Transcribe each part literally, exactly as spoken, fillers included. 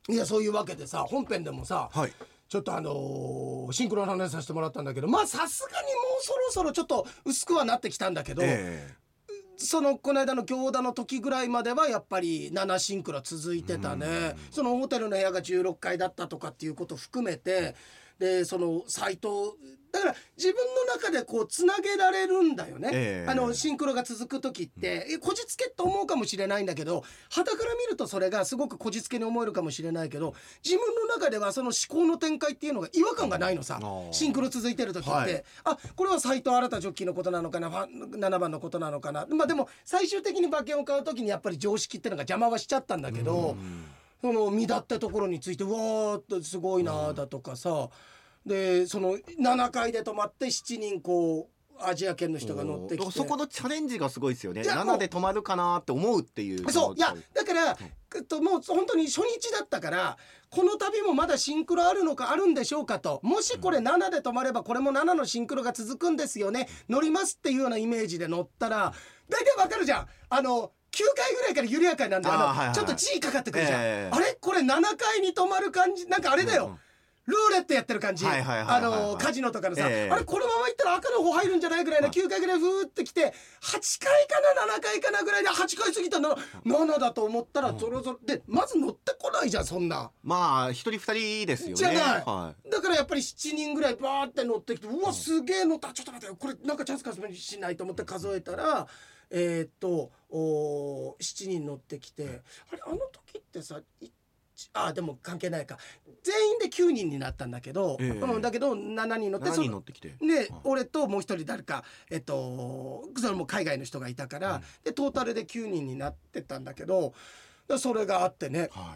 いやそういうわけでさ本編でもさ、 はい、 ちょっとあのー、シンクロの話させてもらったんだけど、まあさすがにもうそろそろちょっと薄くはなってきたんだけど、 えそのこの間の行田の時ぐらいまではやっぱりななシンクロ続いてたね。そのホテルの部屋がじゅうろっかいだったとかっていうことを含めて、でそのサイトだから自分の中でこうつなげられるんだよね、えー、あのシンクロが続く時って、うん、こじつけと思うかもしれないんだけど、傍から見るとそれがすごくこじつけに思えるかもしれないけど、自分の中ではその思考の展開っていうのが違和感がないのさ、うん、シンクロ続いてる時って、はい、あこれは斎藤新ジョッキーのことなのかな、ななばんのことなのかな、まあでも最終的に馬券を買う時にやっぱり常識っていうのが邪魔はしちゃったんだけど、うん、その見立ったところについてうわーっとすごいなだとかさ、うんでそのななかいで泊まってしちにんこうアジア圏の人が乗ってきて、 そこのチャレンジがすごいですよね。ななで泊まるかなって思うっていう。 そういやだから、うん、ともう本当に初日だったから、この旅もまだシンクロあるのかあるんでしょうかと、もしこれななで泊まればこれもななのシンクロが続くんですよね、乗りますっていうようなイメージで乗ったら大体わかるじゃん。あのきゅうかいぐらいから緩やかになんで、あの、はいはい、ちょっと G かかってくるじゃん、えー、あれこれななかいに泊まる感じ、なんかあれだよ、うんうん、ルーレットやってる感じ、あのカジノとかのさ、えー、あれこのままいったら赤の方入るんじゃないぐらいなきゅうかいぐらいふーってきてはちかいかなななかいかなぐらいではちかい過ぎたなななだと思ったらゾロゾロでまず乗ってこないじゃんそんな。 まあひとりふたりですよね。 じゃない、 はい、 だからやっぱりしちにんぐらいバーって乗ってきて、うわすげえ乗った、ちょっと待ってよこれなんかチャンスかもしないと思って数えたらえー、っとおしちにん乗ってきて、あれあの時ってさあでも関係ないか、全員できゅうにんになったんだけど、えーうん、だけどしちにん乗ってしちにん乗ってきてで、はい、俺ともう一人誰か、えっと、それも海外の人がいたから、うん、でトータルできゅうにんになってたんだけど、それがあってね、はい、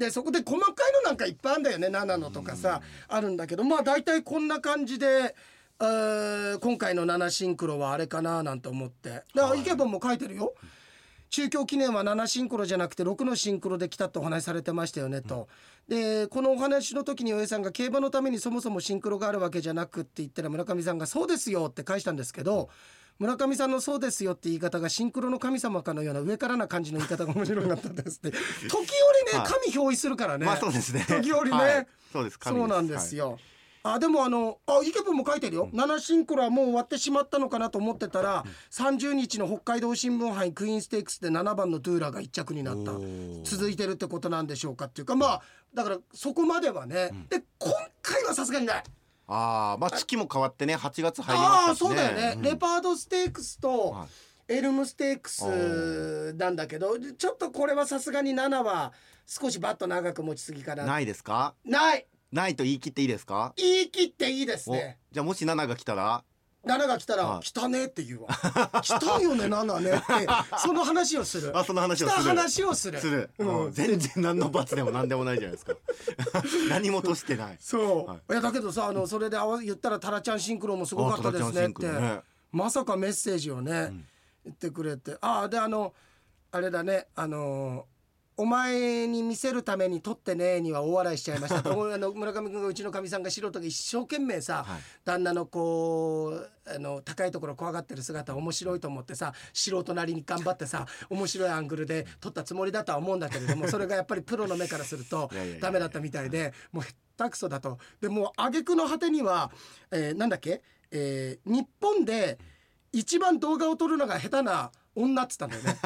でそこで細かいのなんかいっぱいあるんだよね、ななのとかさあるんだけど、まあ大体こんな感じで、えー、今回のななシンクロはあれかななんて思って、だからイケボンも書いてるよ、中京記念はななシンクロじゃなくてろくのシンクロで来たってお話されてましたよねと、うん、でこのお話の時にお江さんが競馬のためにそもそもシンクロがあるわけじゃなくって言ったら村上さんがそうですよって返したんですけど、村上さんのそうですよって言い方がシンクロの神様かのような上からな感じの言い方が面白かったですって時折ね、はい、神憑依するからね、 まあそうですね、 時折ね、はい、 そうです、 そうなんですよ、はい、あでもあのあイケプンも書いてるよ、うん、ななシンクロはもう終わってしまったのかなと思ってたら、うん、さんじゅうにちの北海道新聞杯クイーンステークスでななばんのドゥーラがいっちゃくになった、続いてるってことなんでしょうかっていうか、まあだからそこまではね、うん、で今回はさすがにない。 あまあ月も変わってねはちがつ入りましたしね。あそうだよね、うん、レパードステークスとエルムステークスなんだけど、ちょっとこれはさすがにななは少しバット長く持ちすぎかな。 ないですか？ ないないと言い切っていいですか？ 言い切っていいですね。 じゃあもしななが来たらななが来たら、はい、来たねって言うわ来たよねななねってその話をする。 あその話をする。 来た話をする。 する、うん、全然何の罰でも何でもないじゃないですか何もとしてない。 そう、はい、いやだけどさあのそれで言ったらタラちゃんシンクロもすごかったですねって、ね、まさかメッセージをね、うん、言ってくれて、ああであのあれだねあのお前に見せるために撮ってねには大笑いしちゃいましたとあの村上君がうちのかみさんが素人が一生懸命さ、はい、旦那のこうあの高いところ怖がってる姿面白いと思ってさ素人なりに頑張ってさ面白いアングルで撮ったつもりだとは思うんだけれどもそれがやっぱりプロの目からするとダメだったみたいでもう下手くそだと。でもう挙句の果てには、えー、なんだっけ、えー、日本で一番動画を撮るのが下手な女っつったんだよね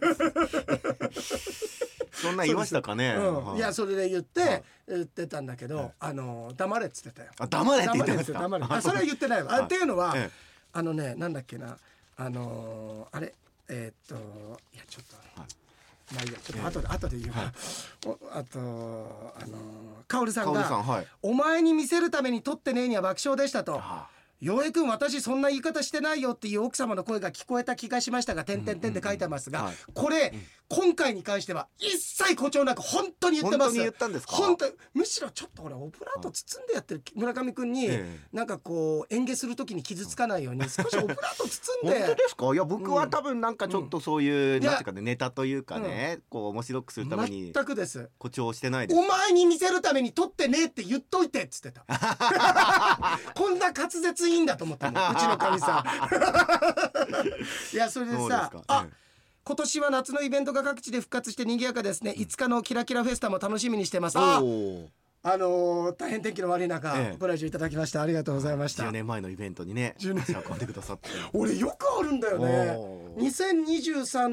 そんな言いましたかね、 うん、いやそれで言って、はい、言ってたんだけど、はい、あの黙れっつってたよ。 あ黙れって言ってました。 黙れあそれは言ってないわ、はい、っていうのは、ええ、あのねなんだっけなあのー、あれえー、っといやちょっと、はい、まあいいやちょっと後で、ええ、後で言うわ、はい、あとあのー、カオルさんがさん、はい、 お前に見せるために撮ってねえには爆笑でしたと、はあ陽平君私そんな言い方してないよっていう奥様の声が聞こえた気がしましたが点々点って書いてますが、これ、うん、今回に関しては一切誇張なく本当に言ってます。 本当に言ったんですか？ 本当むしろちょっとほらオブラート包んでやってる村上君に、ええ、なんかこう演芸する時に傷つかないように少しオブラート包んで本当ですか？いや僕は多分なんかちょっとそういう、うん、なんていうかねネタというかね、うん、こう面白くするために全くです誇張してないです。 お前に見せるために撮ってねって言っといてっつってたこんな滑舌いいんだと思ったのうちのかみさんいやそれでさあ、 今年は夏のイベントが各地で復活して賑やかですね。いつかのキラキラフェスタも楽しみにしてます。ああのー、大変天気の悪い中、ええ、ご来場いただきましてありがとうございました。 じゅうねんまえのイベントにね足運んでくださって俺よくあるんだよね。にせんにじゅうさんって、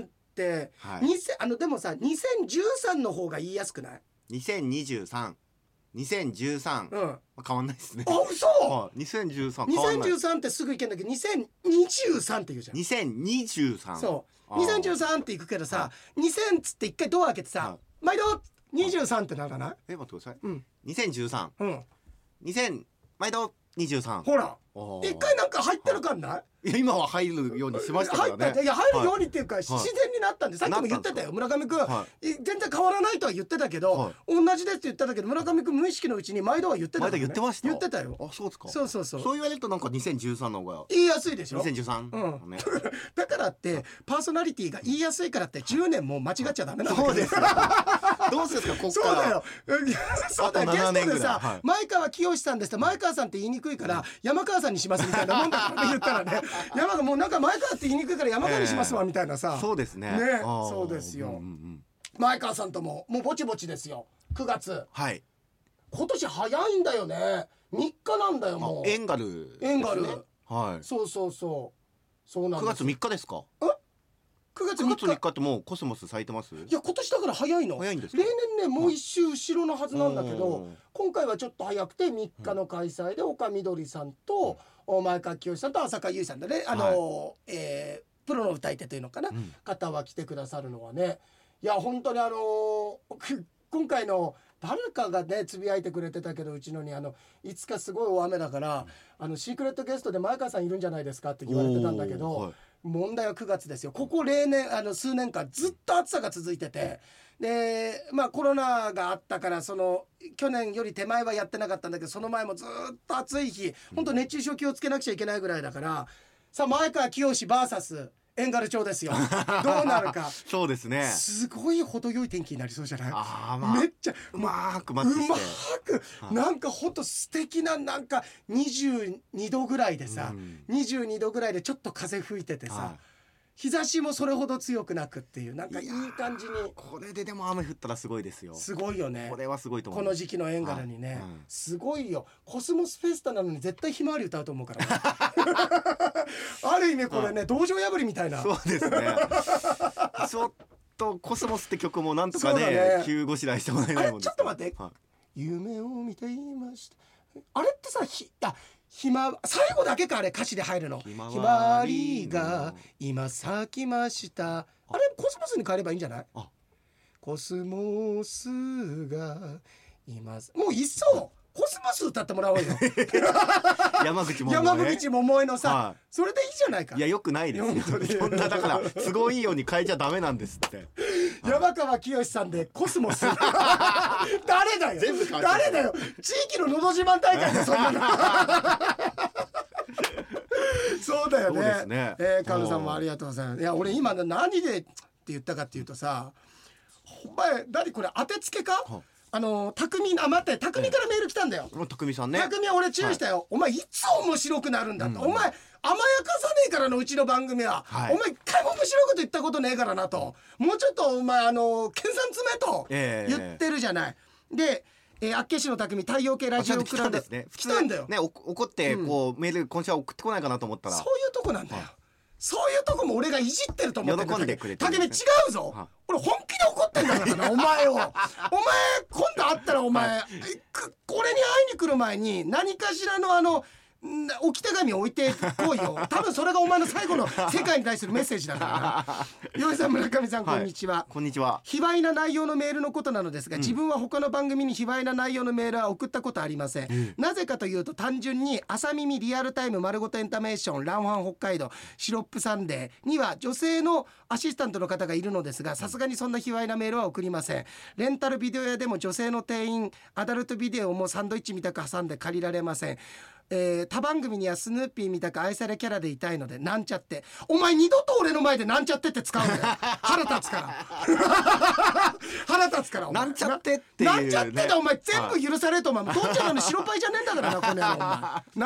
はい、あのでもさにせんじゅうさんの方が言いやすくない？ にせんにじゅうさん にせんじゅうさん、うん、変わんないですね。 あ、嘘、 はい、にせんじゅうさんにせんじゅうさんってすぐいけんだけどにせんにじゅうさんって言うじゃん。 にせんにじゅうさんそうにせんじゅうさんっていくけどさ、はい、にせんつって一回ドア開けてさ、はい、毎度にじゅうさんってならない？ え、待ってください、 うん、 にせんじゅうさん、うん、にせん毎度にじゅうさん、 ほら一回なんか入ってるかんない？ いや今は入るようにしましたからね。 入った、いや入るようにっていうか、はい、自然になったんで、さっきも言ってたよ村上くん、はい、全然変わらないとは言ってたけど、はい、同じですって言ってたけど村上くん無意識のうちに毎度は言ってたから、ね、 毎度言ってました。 言ってたよ。 あ、そうですか。 そうそうそう。 そう言われるとなんかにせんじゅうさんの方が言いやすいでしょ。 にせんじゅうさん、 うんね、だからってパーソナリティが言いやすいからってじゅうねんも間違っちゃダメなんだよ。 そうですよどうするんですかこっから。 そうだよそうだよ。ゲストでさ、はい、前川清さんですって前川さんって言いにくいから、うん、山川さんにしますみたいなもんだから言ったらね山川もうなんか前川って言いにくいから山川にしますわみたいなさ、 えー、そうですね。 ね、そうですよ、うんうんうん、前川さんとももうぼちぼちですよ。くがつ、はい、今年早いんだよね。みっかなんだよもう。 エンガル、 エンガル、 はい、 そうそうそうそうなんです。 くがつみっかですか。 えくがつみっか、 くがつみっかってもうコスモス咲いてます？いや今年だから早いの。 早いんですか。 例年ねもう一周後ろのはずなんだけど、今回はちょっと早くてみっかの開催で岡みどりさんと、うん、前川清さんと浅香唯さんでね、あの、はい、えー、プロの歌い手というのかな、うん、方は来てくださるのはね、いや本当にあのー、今回の誰かがねつぶやいてくれてたけど、うちのにあのいつかすごい大雨だから、うん、あのシークレットゲストで前川さんいるんじゃないですかって言われてたんだけど、はい、問題はくがつですよ。ここ例年あの数年間ずっと暑さが続いてて、でまあコロナがあったからその去年より手前はやってなかったんだけど、その前もずっと暑い日、本当熱中症気をつけなくちゃいけないぐらいだから、さあ前川清 ブイエスエンガル町ですよどうなるかそうですね。 すごい程よい天気になりそうじゃない？ あ、まあ、 めっちゃうまくマッチして、うまくなんかほんと素敵な、なんかにじゅうにどぐらいでさ、うん、にじゅうにどぐらいでちょっと風吹いててさ、はい、日差しもそれほど強くなくっていう、なんかいい感じに。 これででも雨降ったらすごいですよ。 すごいよね。 これはすごいと思う。 この時期のエンガルにね、はい、うん、すごいよ。コスモスフェスタなのに絶対ひまわり歌うと思うから、ね、ある意味これね、はい、道場破りみたいな。 そうですねちょっとコスモスって曲もなんとか ね, ね急ごしらえしてもらえないもんです。 ちょっと待って、はい、夢を見ていました。あれってさ、ひあひま最後だけか、あれ歌詞で入るの。ひまわりが今咲きました。あれコスモスに変えればいいんじゃない？あ、コスモスが今、もういっそコスモス歌ってもらおうよ山口百恵、 山口百恵のさ、はい、それでいいじゃないか。 いやよくないですよそんな、だから都合いいように変えちゃダメなんですって山川きよしさんでコスモス誰だよ、全部変わっちゃう。誰だよ、地域ののど自慢大会でそんなのそうだよね。そうですね、えー、カルさんもありがとうございます。いや俺今何でって言ったかっていうとさ、お前何これ当てつけか、あの匠、あ待って匠からメール来たんだよ。 匠さんね。 匠は俺注意したよ、はい、お前いつ面白くなるんだと、うん、お前甘やかさねえからのうちの番組は、はい、お前一回も面白いこと言ったことねえからなと、もうちょっとお前あの研鑽詰めと言ってるじゃない、えー、でえー、厚岸の匠太陽系ラジオクラブ来たんだよね。怒ってこう、うん、メール今週は送ってこないかなと思ったら、 そういうとこなんだよ、はい、そういうとこも俺がいじってると思ってる。 喜んでくれてる、 匠違うぞ、はい、俺本気で怒ってんだからなお前をお前今度会ったらお前、はい、これに会いに来る前に何かしらのあの置き手紙を置いてこいよ多分それがお前の最後の世界に対するメッセージだからな。よいさん村上さん、はい、こんにちは。 こんにちは。 卑猥な内容のメールのことなのですが、うん、自分は他の番組に卑猥な内容のメールは送ったことありません、うん、なぜかというと単純に朝耳リアルタイム丸ごとエンタメーションランファン北海道シロップサンデーには女性のアシスタントの方がいるのですが、さすがにそんな卑猥なメールは送りません。レンタルビデオ屋でも女性の店員アダルトビデオもサンドイッチみたく挟んで借りられません。えー、他番組にはスヌーピーみたく愛されキャラでいたいので、なんちゃって、お前二度と俺の前でなんちゃってって使うんだよ腹立つから腹立つからお前なんちゃってっていう、 ね、なんちゃってだお前全部許されるとお前どっちなのに白パイじゃねえんだからなこの野郎お前な。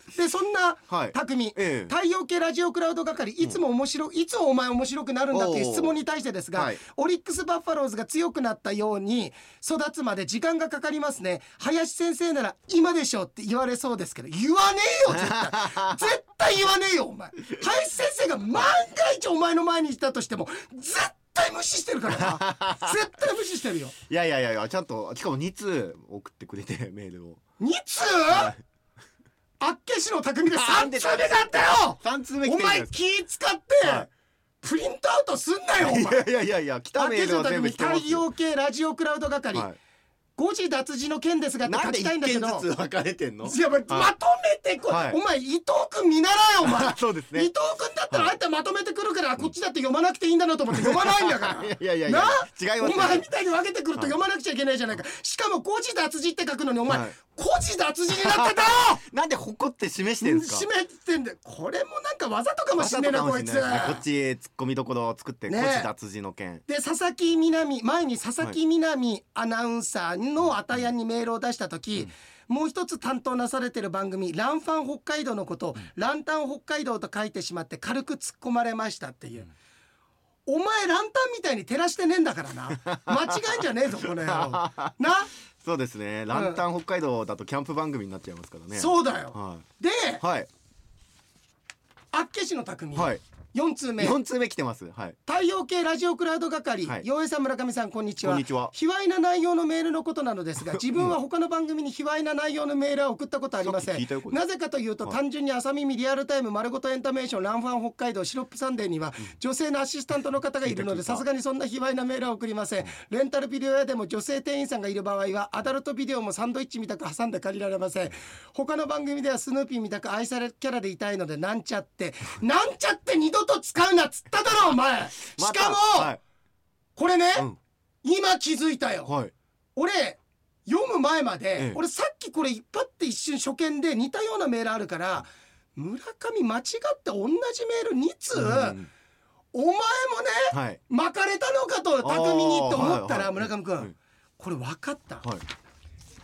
でそんなはい匠、 ええ太陽系ラジオクラウド係いつも面白い、いつもお前面白くなるんだっていう質問に対してですが、 はい、 オリックスバファローズが強くなったように育つまで時間がかかりますね。林先生なら今でしょって言われそうですけど、言わねえよ絶対絶対言わねえよお前。林先生が万が一お前の前にいたとしても絶対無視してるからな絶対無視してるよ。 いやいやいやいや、ちゃんとしかもに通送ってくれてメールをに通、 はい、 あっけしの匠でさん通目だったよ。 さん通目来てお前るじゃないですか。 気使って、 はい、 プリントアウトすんなよお前。 いやいやいやいや、来たメールは全部来てますよ。 太陽系ラジオクラウド係、はい、誤字脱字の件ですがって書きたいんだけど、 なんで一件ずつ分かれてんの。 いや、はい、まとめてこい、はい、お前伊藤君見習えよお前そうですね、 伊藤君だったらあえてまとめてくるから、はい、こっちだって読まなくていいんだなと思って読まないんだからいやいやいやいや、 な違います、ね、 お前みたいに分けてくると読まなくちゃいけないじゃないか、はい、しかも誤字脱字って書くのにお前、はい、誤字脱字になってたよなんで誇って示してんすか。 示してんで、これもなんかわざとかもしんねえなこいつ、ね、 こっちへ突っ込みどころを作って、ね、誤字脱字の件で、佐々木みなみ前に佐々木みなみアナウンサーのあたやにメールを出した時、うん、もう一つ担当なされてる番組ランファン北海道のことを、うん、ランタン北海道と書いてしまって軽く突っ込まれましたっていう、うん、お前ランタンみたいに照らしてねえんだからな間違いじゃねえぞこの野郎な。 そうですね、ランタン北海道だとキャンプ番組になっちゃいますからね、うん、 そうだよ、はい、で、 はい、 あっけしの匠、 はい、 よん通目よん通目来てます、はい、 太陽系ラジオクラウド係、はい、陽平さん村上さんこんにちは。 こんにちは。 卑猥な内容のメールのことなのですが自分は他の番組に卑猥な内容のメールは送ったことありません。なぜかというと、はい、単純に朝耳リアルタイム丸ごとエンタメーションランファン北海道シロップサンデーには、うん、女性のアシスタントの方がいるのでさすがにそんな卑猥なメールは送りません、うん、レンタルビデオ屋でも女性店員さんがいる場合はアダルトビデオもサンドイッチみたく挟んで借りられません。他の番組ではスヌーピーみたく愛されキャラでいたいのでなんちゃってなんちゃって二度と使うなっつっただろお前しかも、はい、これね、うん、今気づいたよ、はい、俺読む前まで、ええ、俺さっきこれパッて一瞬初見で似たようなメールあるから村上間違って同じメールに通、うん、お前もね、はい、巻かれたのかと匠にって思ったら、はいはい、村上くん、はい、これ分かった、はい、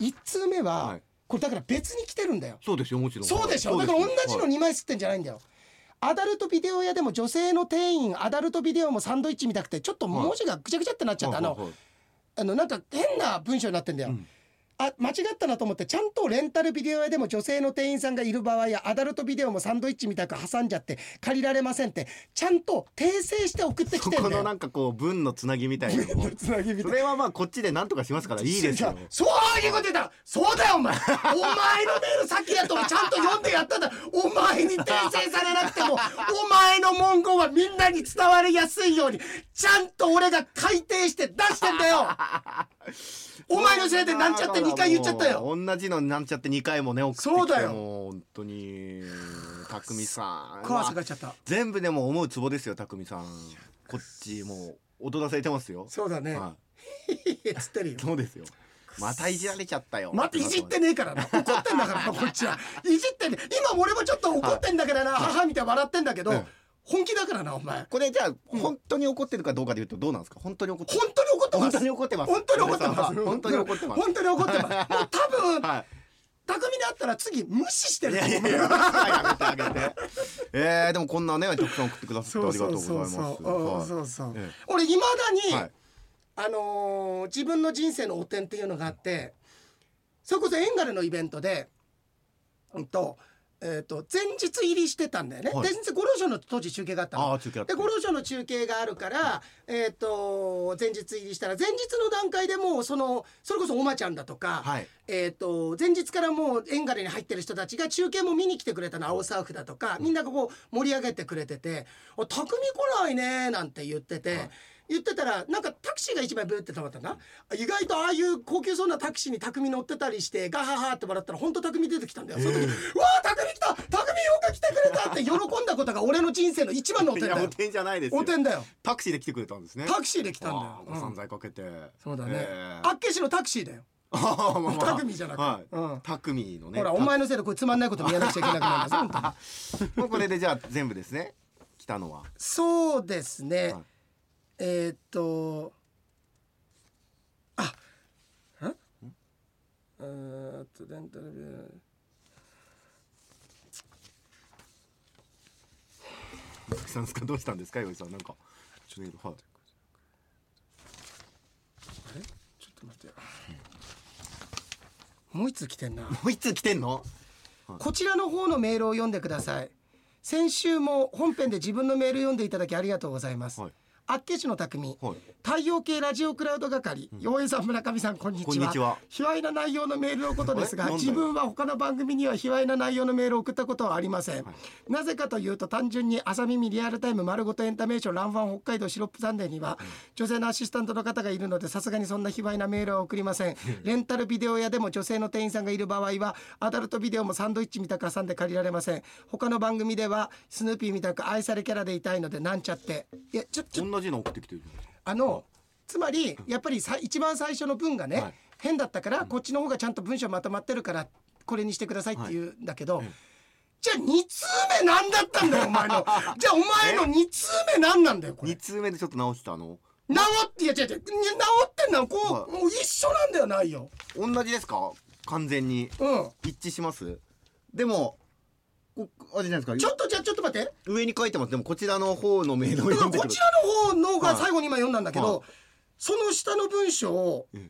いち通目は、はい、これだから別に来てるんだよ。 そうですよもちろん。 そうでしょ、だから同じのにまい吸ってんじゃないんだよ、はい、アダルトビデオ屋でも女性の店員アダルトビデオもサンドイッチみたくてちょっと文字がぐちゃぐちゃってなっちゃった、はい、あの、はいはい、あのなんか変な文章になってんだよ、うん、あ間違ったなと思ってちゃんとレンタルビデオ屋でも女性の店員さんがいる場合やアダルトビデオもサンドイッチみたく挟んじゃって借りられませんってちゃんと訂正して送ってきてんだよ。 そこのなんかこう文のつなぎみたいなのもそれはまあこっちで何とかしますからいいですよ。 そういうことだそうだよお前お前のメール先やとちゃんと読んでやったんだお前に訂正されなくてもお前の文言はみんなに伝わりやすいようにちゃんと俺が改訂して出してんだよお前のせいでなんちゃってにかい言っちゃったよ。 同じのなんちゃってにかいもね送ってきてそうだよもう本当に匠さん怖さがっちゃった。 全部でも思うツボですよ匠さん。こっちもう踊らされてますよ。 そうだね、はい、つってるよ。 そうですよ。またいじられちゃったよ。 またいじってねえからな怒ってんだからなこっちはいじってね今俺もちょっと怒ってんだからな母みたいに笑ってんだけど、はい、本気だからなお前。 これじゃあ、うん、本当に怒ってるかどうかで言うとどうなんですか。本当に怒って本当に怒ってます。 本当に怒ってます。 本当に怒ってます本当に怒ってます。 本当に怒ってますもう多分、はい、匠に会ったら次無視してると思う。 いやいややめてあげてえー、でもこんなねたくさん送ってくださってありがとうございます。 そうそう俺未だに、はい、あのー、自分の人生の汚点っていうのがあってそれこそエンガルのイベントでうんとえー、と前日入りしてたんだよね、はい、前日ゴローショーの当時中継があったの。 あ中継あったでゴローショーの中継があるから、えー、と前日入りしたら前日の段階でもうそのそれこそおまちゃんだとか、はい、えー、と前日からもうエンガルに入ってる人たちが中継も見に来てくれたの。青サーフだとかみんながこう盛り上げてくれてて「あ匠来ないね」なんて言ってて、はい、言ってたらなんかタクシーが一枚ブーって止まったな。意外とああいう高級そうなタクシーに匠乗ってたりしてガハハって笑ったら本当匠出てきたんだよ。その時うわー匠来た匠よく来てくれたって喜んだことが俺の人生の一番の汚点だよ。 いや汚点じゃないですよ。 汚点だよ。 タクシーで来てくれたんですね。 タクシーで来たんだよ。 ご散財かけて、うん、 そうだね、えー、あっけしのタクシーだよあ、まあまあ、 匠じゃなくて、はいうん、 匠のね。 ほらお前のせいでこれつまんないこと見やなくちゃいけなくなるんだもうこれでじゃあ全部ですね来たのは。 そうですね、はい、えー、っとあんえーっとレンタルビューしたんですか。どうしたんですか、よいさん。なんかちょっと、はい、 あれちょっと待ってよ、うん、もう一通来てんな。 もう一通来てんの。 こちらの方のメールを読んでください。先週も本編で自分のメール読んでいただきありがとうございます、はい、厚岸の匠、はい、太陽系ラジオクラウド係、陽平、うん、さん、村上さん、こんにちは。 こんにちは。 卑猥な内容のメールのことですが、自分は他の番組には卑猥な内容のメールを送ったことはありません、はい、なぜかというと、単純に朝耳リアルタイム丸ごとエンタメーションランファン北海道シロップサンデーには、うん、女性のアシスタントの方がいるので、さすがにそんな卑猥なメールは送りませんレンタルビデオ屋でも女性の店員さんがいる場合は、アダルトビデオもサンドイッチみたく挟んで借りられません。他の番組ではスヌーピーみたく愛されキャラでいたいので、なんちゃって。いや、ちょちょ同じの送ってきてる。 あのつまりやっぱりさ一番最初の文がね、はい、変だったから、こっちの方がちゃんと文章まとまってるからこれにしてくださいって言うんだけど、はい、じゃあに通目なんだったんだよお前のじゃあお前のに通目なんなんだよこれ。 に通目でちょっと直したの。 直っていや違う違う直ってんのはこう、はい、もう一緒なんだよ。ないよ。 同じですか完全に、うん、一致します。でもあれじゃないですか。 ちょっとじゃあちょっと待って、 上に書いてます。でもこちらの方のメールを読んでくる。 こちらの方のが最後に今読んだんだけど、はい、その下の文章を、うん、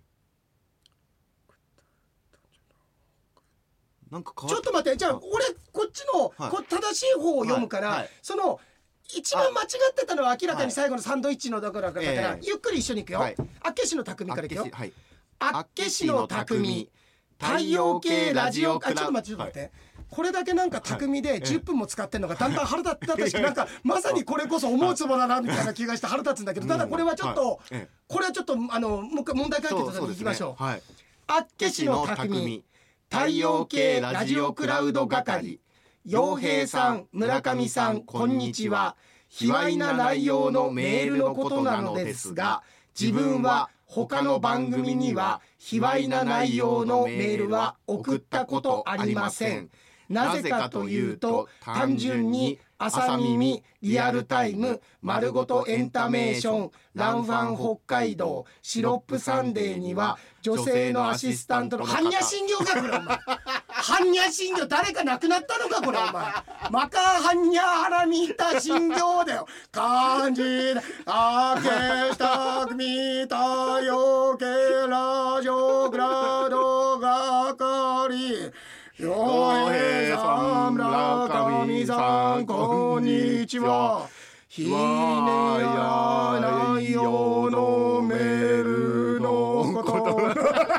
なんかちょっと待って、じゃあ俺こっちの、はい、こ正しい方を読むから、はいはい、その一番間違ってたのは明らかに最後のサンドイッチのだからだから、はい、ゆっくり一緒にいくよ、はい、厚岸の匠からいくよ。厚岸の匠、太陽系ラジオ、あ、ちょっと待ってちょっと待って、はい、これだけなんか匠でじゅっぷんも使ってんのがだんだん腹立ってたし、なんかまさにこれこそ思うつぼだなみたいな気がして腹立つんだけど、ただこれはちょっとこれはちょっとあのもう一回問題解決にいきましょう。厚岸の匠、太陽系ラジオクラウド係、陽平さん、村上さん、こんにちは。卑猥な内容のメールのことなのですが、自分は他の番組には卑猥な内容のメールは送ったことありません。なぜかというと、単純に朝耳リアルタイム丸ごとエンタメーションランファン北海道シロップサンデーには女性のアシスタントの般若心経かこれお前般若心経誰か亡くなったのかこれお前マカ般若ハラミタ心経だよ。漢字であけしたくみたよけラジオクラウド係、陽平さん、村上さん、こんにちは。ひねや内容のメールのこと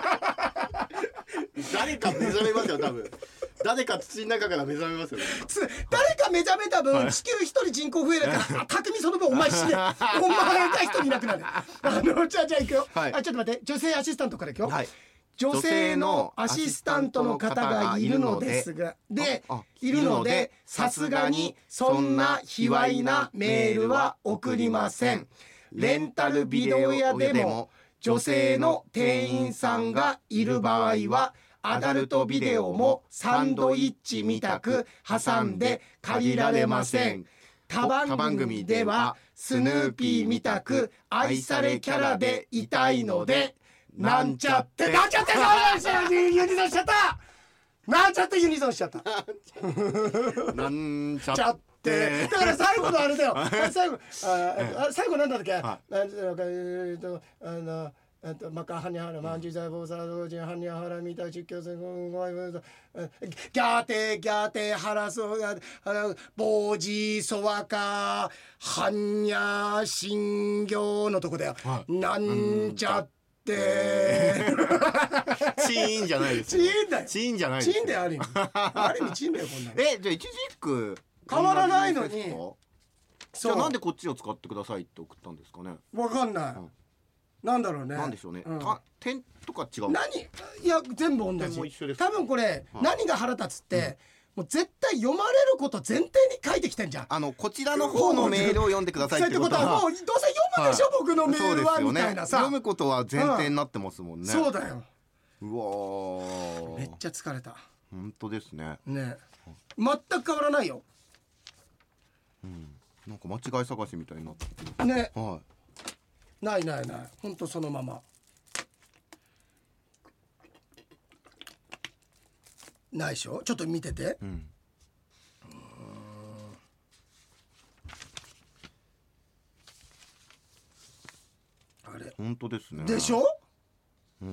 誰か目覚めますよ多分。誰か土の中から目覚めますよ、ね、 誰か目覚めた分、はい、地球一人人口増えるから匠その分お前死ねお前が一人いなくなるあのじゃあじゃあいくよ、はい、あちょっと待って、女性アシスタントからいくよ、はい、女性のアシスタントの方がいるのですがでいるので、さすがにそんな卑猥なメールは送りません。レンタルビデオ屋でも女性の店員さんがいる場合はアダルトビデオもサンドイッチみたく挟んで借りられません。他番組ではスヌーピーみたく愛されキャラでいたいので、なんちゃってなんちゃってユニゾンしちゃったなんちゃってユニゾンしちゃったなんちゃってだから最後のあれだよ最後あ最後なんだっけ、はい、なんていうのかえっとあのえっとマカハニャハラマンジザボサドジハニャハラミタ実況戦ゴイブギャーテギャーテハラソガボージソワカハニャ心経のとこだよ、はい、なんちゃってチーンじゃないですよ。 チーンだよ。 チーンじゃないチーンだよある意味。ある意味チーンだよこんなの。 え、じゃあ一字一句変わらないのに。 じゃあなんでこっちを使ってくださいって送ったんですかね。 わかんない。うん、なんだろうね。 なんでしょうね。うん、た点とか違う。 何？いや全部同じ。 も一緒です。 多分これ、はい、何が腹立つって。うんもう絶対読まれること前提に書いてきてんじゃん。 あのこちらの方のメールを読んでくださいってことは、 もうどうせ読むでしょ、はい、僕のメールは、ね、みたいなさ読むことは前提になってますもんね、うん、 そうだよ。 うわめっちゃ疲れた。 本当ですね。 ね全く変わらないよ、 うん、なんか間違い探しみたいになってるね、 はい、 ないないない本当そのままないでしょ。ちょっと見てて、うん、 当ですね。 でしょ。 うん。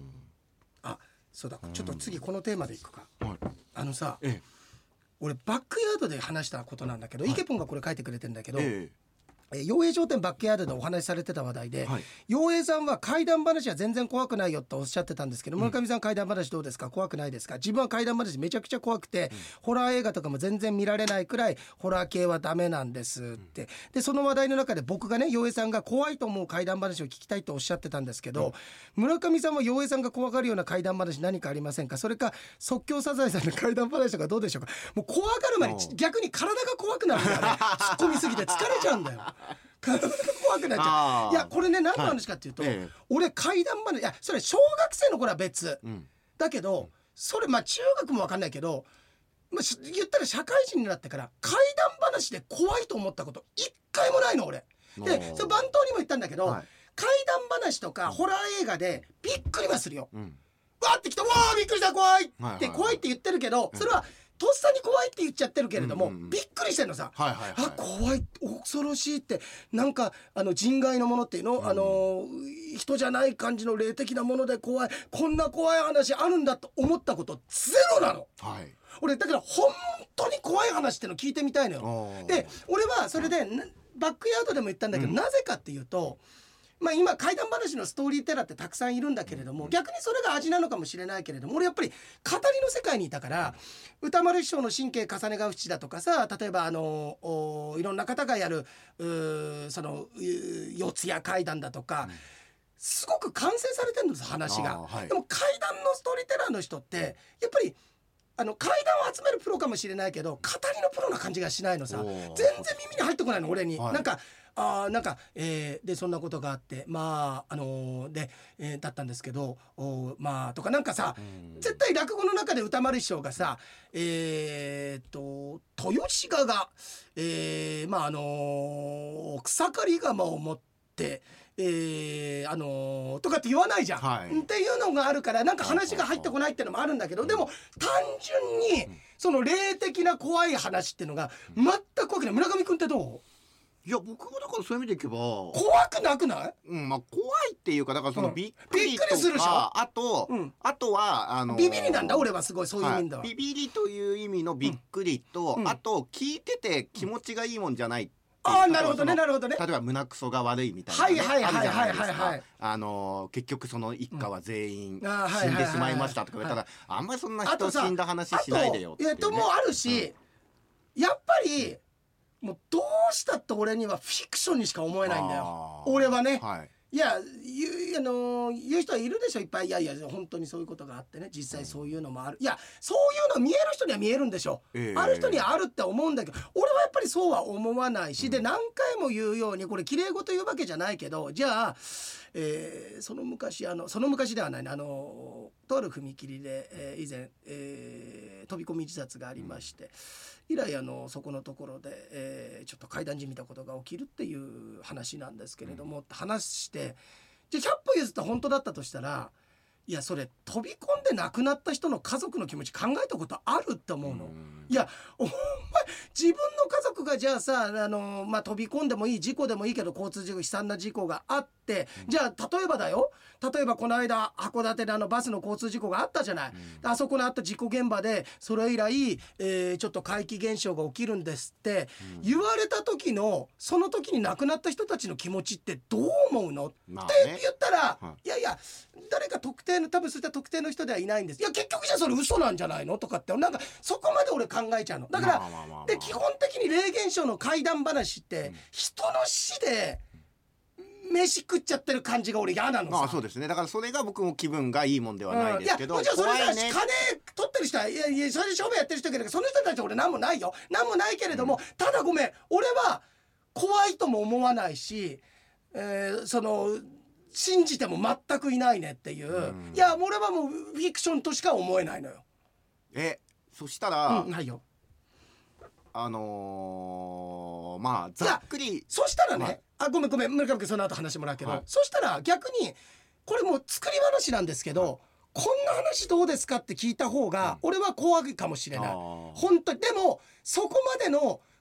あ、そうだ、ちょっと次このテーマでいくか、 はい、 あのさ、 ええ、 俺バックヤードで話したことなんだけど、はい、イケポンがこれ書いてくれてんだけど、 ええ、 陽平商店バックヤードでお話しされてた話題で、 はい、 陽平さんは怪談話は全然怖くないよとおっしゃってたんですけど、うん、村上さん怪談話どうですか、怖くないですか。自分は怪談話めちゃくちゃ怖くて、うん、ホラー映画とかも全然見られないくらいホラー系はダメなんですって、うん、でその話題の中で僕がね、陽平さんが怖いと思う怪談話を聞きたいとおっしゃってたんですけど、うん、村上さんは陽平さんが怖がるような怪談話何かありませんか。それか即興サザエさんの怪談話とかどうでしょうか。もう怖がる前に逆に体が怖くなるんだよね突っ込みすぎて疲れちゃうんだよ体が怖くなっちゃう。いやこれね、何の話かっていうと、はい、ええ、俺怪談話、いやそれ小学生の頃は別、うん、だけどそれまあ中学も分かんないけど、まあ、言ったら社会人になってから怪談話で怖いと思ったこと一回もないの俺で。それ番頭にも言ったんだけど、はい、怪談話とかホラー映画でびっくりはするよ、うん、わーってきた、わーびっくりした怖いって、はいはいはい、怖いって言ってるけど、それはとっさに怖いって言っちゃってるけれども、うんうんうん、びっくりしてんのさ、はいはいはい、あ怖い恐ろしいって、なんかあの人外のものっていうの、うん、あの人じゃない感じの霊的なもので怖い、こんな怖い話あるんだと思ったことゼロなの、はい、俺だから本当に怖い話っての聞いてみたいのよ。で俺はそれでバックヤードでも言ったんだけど、うん、なぜかっていうと、まあ、今怪談話のストーリーテラーってたくさんいるんだけれども、うん、逆にそれが味なのかもしれないけれども、俺やっぱり語りの世界にいたから、歌丸師匠の神経重ねが淵だとかさ、例えばあのいろんな方がやるその四谷怪談だとか、うん、すごく完成されてるんです話が、はい、でも怪談のストーリーテラーの人ってやっぱりあの怪談を集めるプロかもしれないけど、語りのプロな感じがしないのさ。全然耳に入ってこないの俺に、はい、なんかあなんか、えー、でそんなことがあって、まああのー、で、えー、だったんですけど、まあとかなんかさ、絶対落語の中で歌丸師匠がさ、えー、っと豊志賀が、えー、まああのー、草刈り鎌を持ってえー、あのー、とかって言わないじゃん、はい、っていうのがあるからなんか話が入ってこないっていうのもあるんだけど、でも単純にその霊的な怖い話っていうのが全く怖くない。村上くんってどう？ いや僕もだからそういう意味でいけば怖くなくない？ うん、まあ怖いっていうか、だからそのびっくりとか、 うん、びっくりするでしょ。 あと、うん、あとはあのー、 ビビりなんだ俺はすごいそういう意味だわ、 はい、ビビりという意味のびっくりと、うん、あと聞いてて気持ちがいいもんじゃない、 ああなるほどねなるほどね。 例えば胸クソが悪いみたいな、ね、 はいはいはいはいはいはい、 あのー、結局その一家は全員死んでしまいましたとか言ったら、あんまりそんな人死んだ話しないでよっていう、ね、 いやともあるし、うん、やっぱりもうどうしたって俺にはフィクションにしか思えないんだよ俺はね、はい、いや言う、あのー、言う人はいるでしょいっぱい。いやいや本当にそういうことがあってね、実際そういうのもある、いやそういうの見える人には見えるんでしょ、えー、ある人にはあるって思うんだけど、俺はやっぱりそうは思わないし、うん、で何回も言うようにこれ綺麗事言うわけじゃないけど、じゃあ、えー、その昔あのその昔ではないね、あのとある踏切で、えー、以前、えー、飛び込み自殺がありまして、うん以来あのそこのところで、えー、ちょっと怪談じみたことが起きるっていう話なんですけれども、うん、話してじゃあひゃっぽ譲って本当だったとしたら、いやそれ飛び込んで亡くなった人の家族の気持ち考えたことあるって思うの、うん、いやお前自分の家族がじゃあさあの、まあ、飛び込んでもいい事故でもいいけど交通事故悲惨な事故があって、うん、じゃあ例えばだよ例えばこの間函館であのバスの交通事故があったじゃない、うん、あそこのあった事故現場でそれ以来、えー、ちょっと怪奇現象が起きるんですって、うん、言われた時のその時に亡くなった人たちの気持ちってどう思うの、まあね、って言ったら、うん、いやいや誰か特定の多分そういった特定の人ではいないんです。いや結局じゃあそれ嘘なんじゃないのとかってなんかそこまで俺考えちゃうのだから、まあまあまあまあ、で基本的に霊現象の怪談話って、うん、人の死で飯食っちゃってる感じが俺嫌なのさ。 まあそうですね。だからそれが僕も気分がいいもんではないですけど、 うん、いやもちろんそれさ、ね、金取ってる人はいやいやそれで商売やってる人だけどその人たち俺何もないよ何もないけれども、うん、ただごめん俺は怖いとも思わないし、えー、その信じても全くいないねっていう、うん、いや俺はもうフィクションとしか思えないのよ。 えそしたら、 うん、ないよあのー、まあざっくりそしたらね、まあ、あごめんごめん村上君その後話してもらうけど、はい、そしたら逆にこれもう作り話なんですけど、はい、こんな話どうですかって聞いた方が俺は怖いかもしれない、うん、本当に。でもそこまでの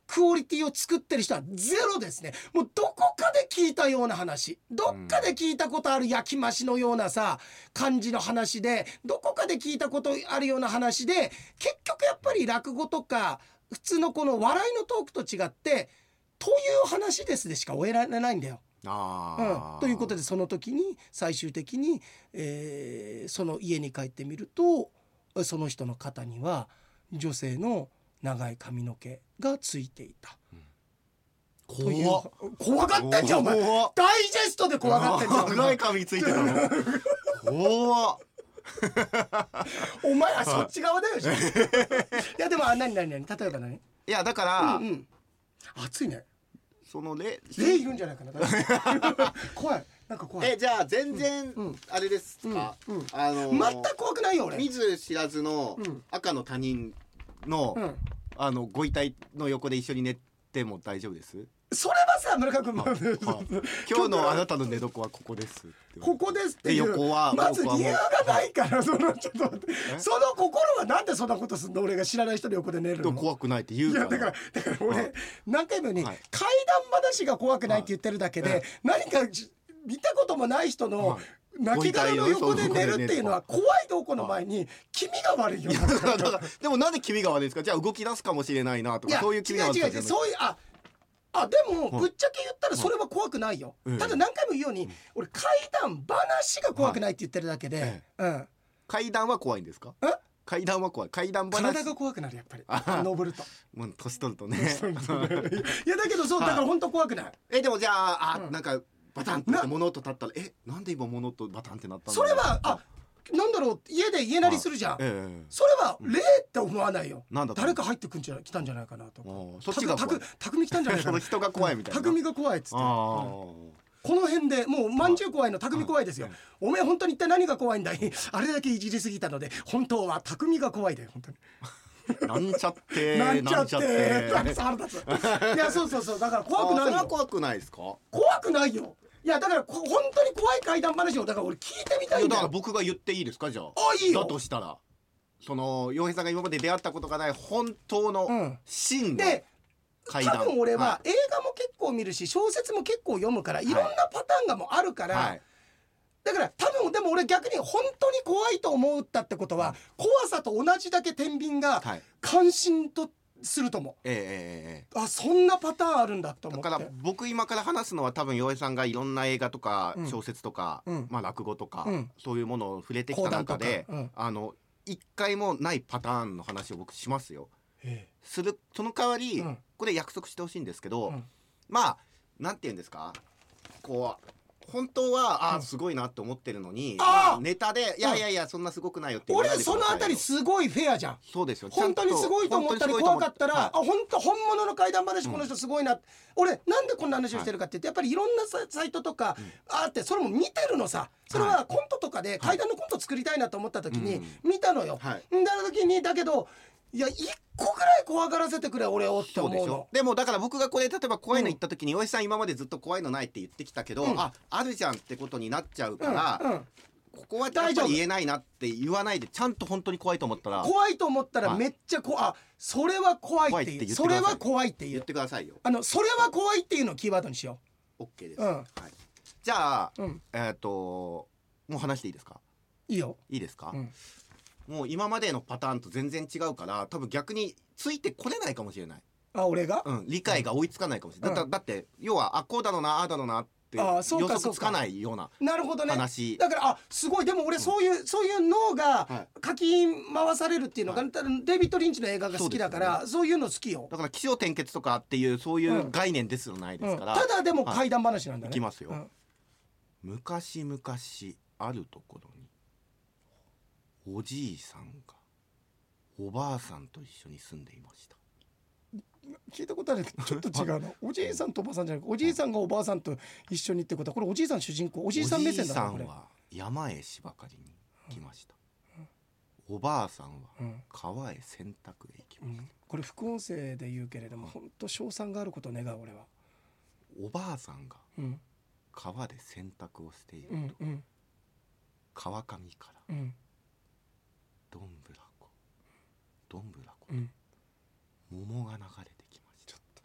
クオリティを作ってる人はゼロですね。もうどこかで聞いたような話、どっかで聞いたことある焼き増しのようなさ感じの話で、どこかで聞いたことあるような話で、結局やっぱり落語とか普通のこの笑いのトークと違ってという話ですでしか終えられないんだよ。 あ、 うん、ということでその時に最終的に、えー、その家に帰ってみるとその人の肩には女性の長い髪の毛がついていた、うん、という怖っ怖がってんじゃんお前。 怖っダイジェストで怖がってんじゃん長い髪ついてたの怖っお前はそっち側だよ、いやでもあ何何何例えば何。 いやだから、 うんうん、暑いね。 そのね霊いるんじゃないかな怖い、なんか怖い。 えじゃあ全然、うん、あれですか、うんうん、あのー、 全く怖くないよ俺。 見ず知らずの赤の他人の、うん、あのご遺体の横で一緒に寝ても大丈夫です？ それはさ村上君も今日のあなたの寝床はここですってここですっていう横はまず理由がないからそのちょっと待ってその心はなんでそんなことすんの。俺が知らない人の横で寝るの怖くないって言うから。 いやだからだから俺何回も言うように怪談話が怖くないって言ってるだけで何か見たこともない人の亡骸の横で寝るっていうのは怖いどこの前に気味が悪いよ。 だからだからでもなんで気味が悪いんですか。じゃあ動き出すかもしれないなとかそういう気味が悪い。 違う違う違うそういうああでもぶっちゃけ言ったらそれは怖くないよ、うん、ただ何回も言うように、うん、俺怪談話が怖くないって言ってるだけで、はいうん、 怪談は怖いんですか。怪談は怖い。怪談話体が怖くなるやっぱり登るともう年取るとねいやだけどそうだから本当怖くない。 えでもじゃああ、うん、なんかバタンって物音立ったらえなんで今物音バタンってなったの。 それはあなんだろう家で家鳴りするじゃん、ええ、それは霊って思わないよ、うん、誰か入ってくんじゃ来たんじゃないかなとかそっちが怖い匠来たんじゃないかなその人が怖いみたいな匠が怖いっつって、うん、この辺でもうまんじゅう怖いの匠怖いですよ。おめえ本当に一体何が怖いんだいあれだけいじりすぎたので本当は匠が怖いだよ本当になんちゃってなんちゃって腹立ついやそうそうそうだから怖くないよ。 それは怖くないですか。 怖くないよ。いやだから本当に怖い怪談話をだから俺聞いてみたいんだよ。 だから僕が言っていいですか。じゃああいいよ。だとしたらその洋平さんが今まで出会ったことがない本当の真の怪談、 うん、で多分俺は映画も結構見るし小説も結構読むからいろんなパターンがもうあるから、はい、だから多分でも俺逆に本当に怖いと思ったってことは、うん、怖さと同じだけ天秤が関心とすると思う、えー、あそんなパターンあるんだと思って。 だから僕今から話すのは多分洋平さんがいろんな映画とか小説とか、うんまあ、落語とか、うん、そういうものを触れてきた中で、うん、あの一回もないパターンの話を僕しますよ。するその代わり、うん、これ約束してほしいんですけど、うん、まあなんて言うんですかこう本当はあすごいなって思ってるのに、まあ、ネタでいやいやいやそんなすごくないよって言わないでくださいよ。 俺そのあたりすごいフェアじゃん。 そうですよ。 本当にすごいと思ったり怖かったら、はい、あ本当本物の怪談話この人すごいな、うん、俺なんでこんな話をしてるかって言ってやっぱりいろんなサイトとか、うん、あってそれも見てるのさ。それはコントとかで怪談のコント作りたいなと思った時に見たのよ、はい、だから時にだけどいや一個くらい怖がらせてくれ俺をって思うの。 そうでしょ。でもだから僕がこれ例えば怖いの言った時におやさん今までずっと怖いのないって言ってきたけど、うん、ああるじゃんってことになっちゃうから、うんうん、ここはやっぱり言えないなって言わないでちゃんと本当に怖いと思ったら怖いと思ったらめっちゃ怖い、あそれは怖いっていうそれは怖いっていう言ってくださいよ。 あのそれは怖いっていうのをキーワードにしよう。 OK です、うんはい、じゃあ、うん、えっ、ー、ともう話していいですか。 いいよ。 いいですか、うんもう今までのパターンと全然違うから多分逆についてこれないかもしれない。 あ俺が、 うん、理解が追いつかないかもしれない、うん、だ, だって要はあこうだろうなあだろうなって予測つかないような話。なるほどね。 だからあすごいでも俺そういう、うん、そういう脳がかき回されるっていうのが、はい、デイビッド・リンチの映画が好きだからそう、ね,、そういうの好きよ。 だから起承転結とかっていうそういう概念ですよないですから、 うんうん、ただでも怪談話なんだね、 はい、いきますよ、うん、昔々あるところにおじいさんがおばあさんと一緒に住んでいました。 聞いたことあるけどちょっと違うのおじいさんとおばあさんじゃなくおじいさんがおばあさんと一緒にってことはこれおじいさん主人公おじいさん目線だな。これおじいさんは山へ芝刈りに来ました、うん、おばあさんは川へ洗濯へ行きました、うん、 これ副音声で言うけれども本当賞賛があることを願う俺は。 おばあさんが川で洗濯をしていると、うんうん、川上から、うんどんぶらこどんぶらこ、うん、桃が流れてきました。ちょっと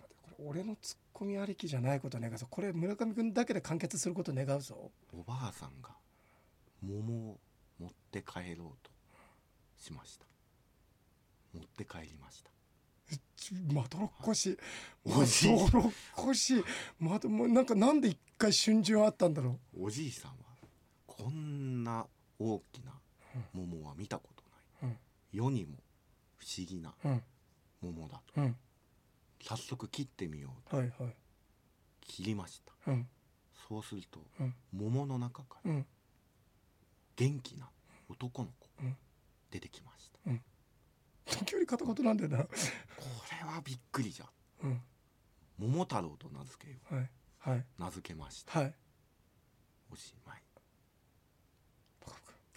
コミありきじゃないこと願うぞ。これ村上くんだけで完結すること願うぞ。 おばあさんが桃を持って帰ろうとしました。持って帰りました。 まどろっこしい、 おじいまどろっこしい、まどもうなんかなんで一回春巡あったんだろう。おじいさんはこんな大きな桃は見たことない、うん、世にも不思議な桃だと、うん、早速切ってみようと、はいはい、切りました、うん、そうすると、うん、桃の中から元気な男の子、うん、出てきました、うん、 時折片言なんだよなこれはびっくりじゃ、うん、桃太郎と名付けよう、はいはい、名付けました、はい、おしまい、 はい、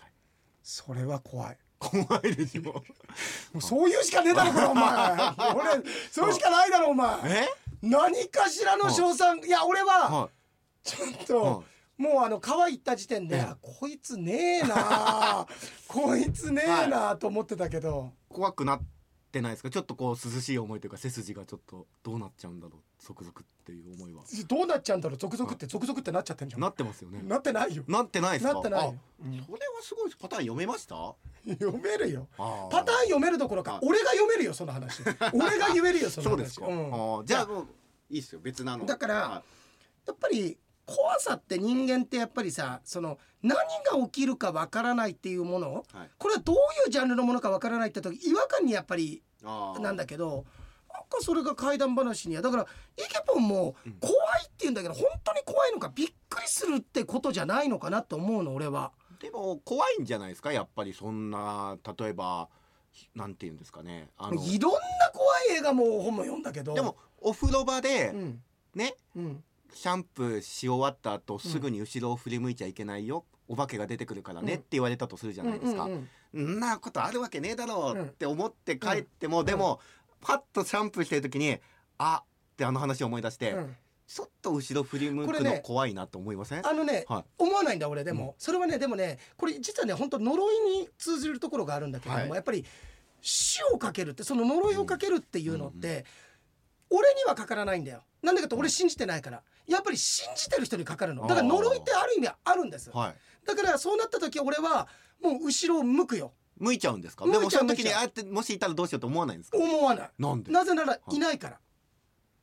それは怖い怖いでしょもうそういうしかねえだろこれお前俺そういうしかないだろお前え何かしらの賞賛、いや俺はちょっともうあの川行った時点でこいつねえなこいつねえなと思ってたけど、 怖くなってないですか？ちょっとこう涼しい思いというか背筋がちょっとどうなっちゃうんだろう続々っていう思いはどうなっちゃうんだろう続々って続々ってなっちゃってんじゃん。 なってますよね。 なってないよ。 なってないですか？ なってないよ、 うん、それはすごいパターン読めました？ 読めるよ。パターン読めるどころか俺が読めるよその話俺が言えるよその話。 そうですか、うん、あじゃあもういいっすよ別なのだから、はい、やっぱり怖さって人間ってやっぱりさその何が起きるかわからないっていうもの、はい、これはどういうジャンルのものかわからないって時違和感にやっぱりなんだけどなんかそれが怪談話にはだからイケポンも怖いって言うんだけど、うん、本当に怖いのかびっくりするってことじゃないのかなと思うの俺は。 でも怖いんじゃないですかやっぱりそんな例えばなんていうんですかねあのいろんな怖い映画も本も読んだけどでもお風呂場で、うん、ね、うんシャンプーし終わった後すぐに後ろを振り向いちゃいけないよ、うん、お化けが出てくるからねって言われたとするじゃないですか、うんうんうん、んなことあるわけねえだろうって思って帰っても、うん、でも、うん、パッとシャンプーしてる時にあってあの話を思い出して、うん、ちょっと後ろ振り向くの怖いなと思いません？ ね、あのね、はい、思わないんだ俺でも、うん、それはねでもねこれ実はね本当呪いに通じるところがあるんだけれども、はい、やっぱり死をかけるってその呪いをかけるっていうのって、うんうん俺にはかからないんだよ。なんだけど俺信じてないからやっぱり信じてる人にかかるのだから呪いってある意味あるんです、はい、だからそうなった時俺はもう後ろを向くよ。 向いちゃうんですか？でもその時にあってもしいたらどうしようと思わないんですか？ 思わない。 なんで？ なぜならいないから、はい、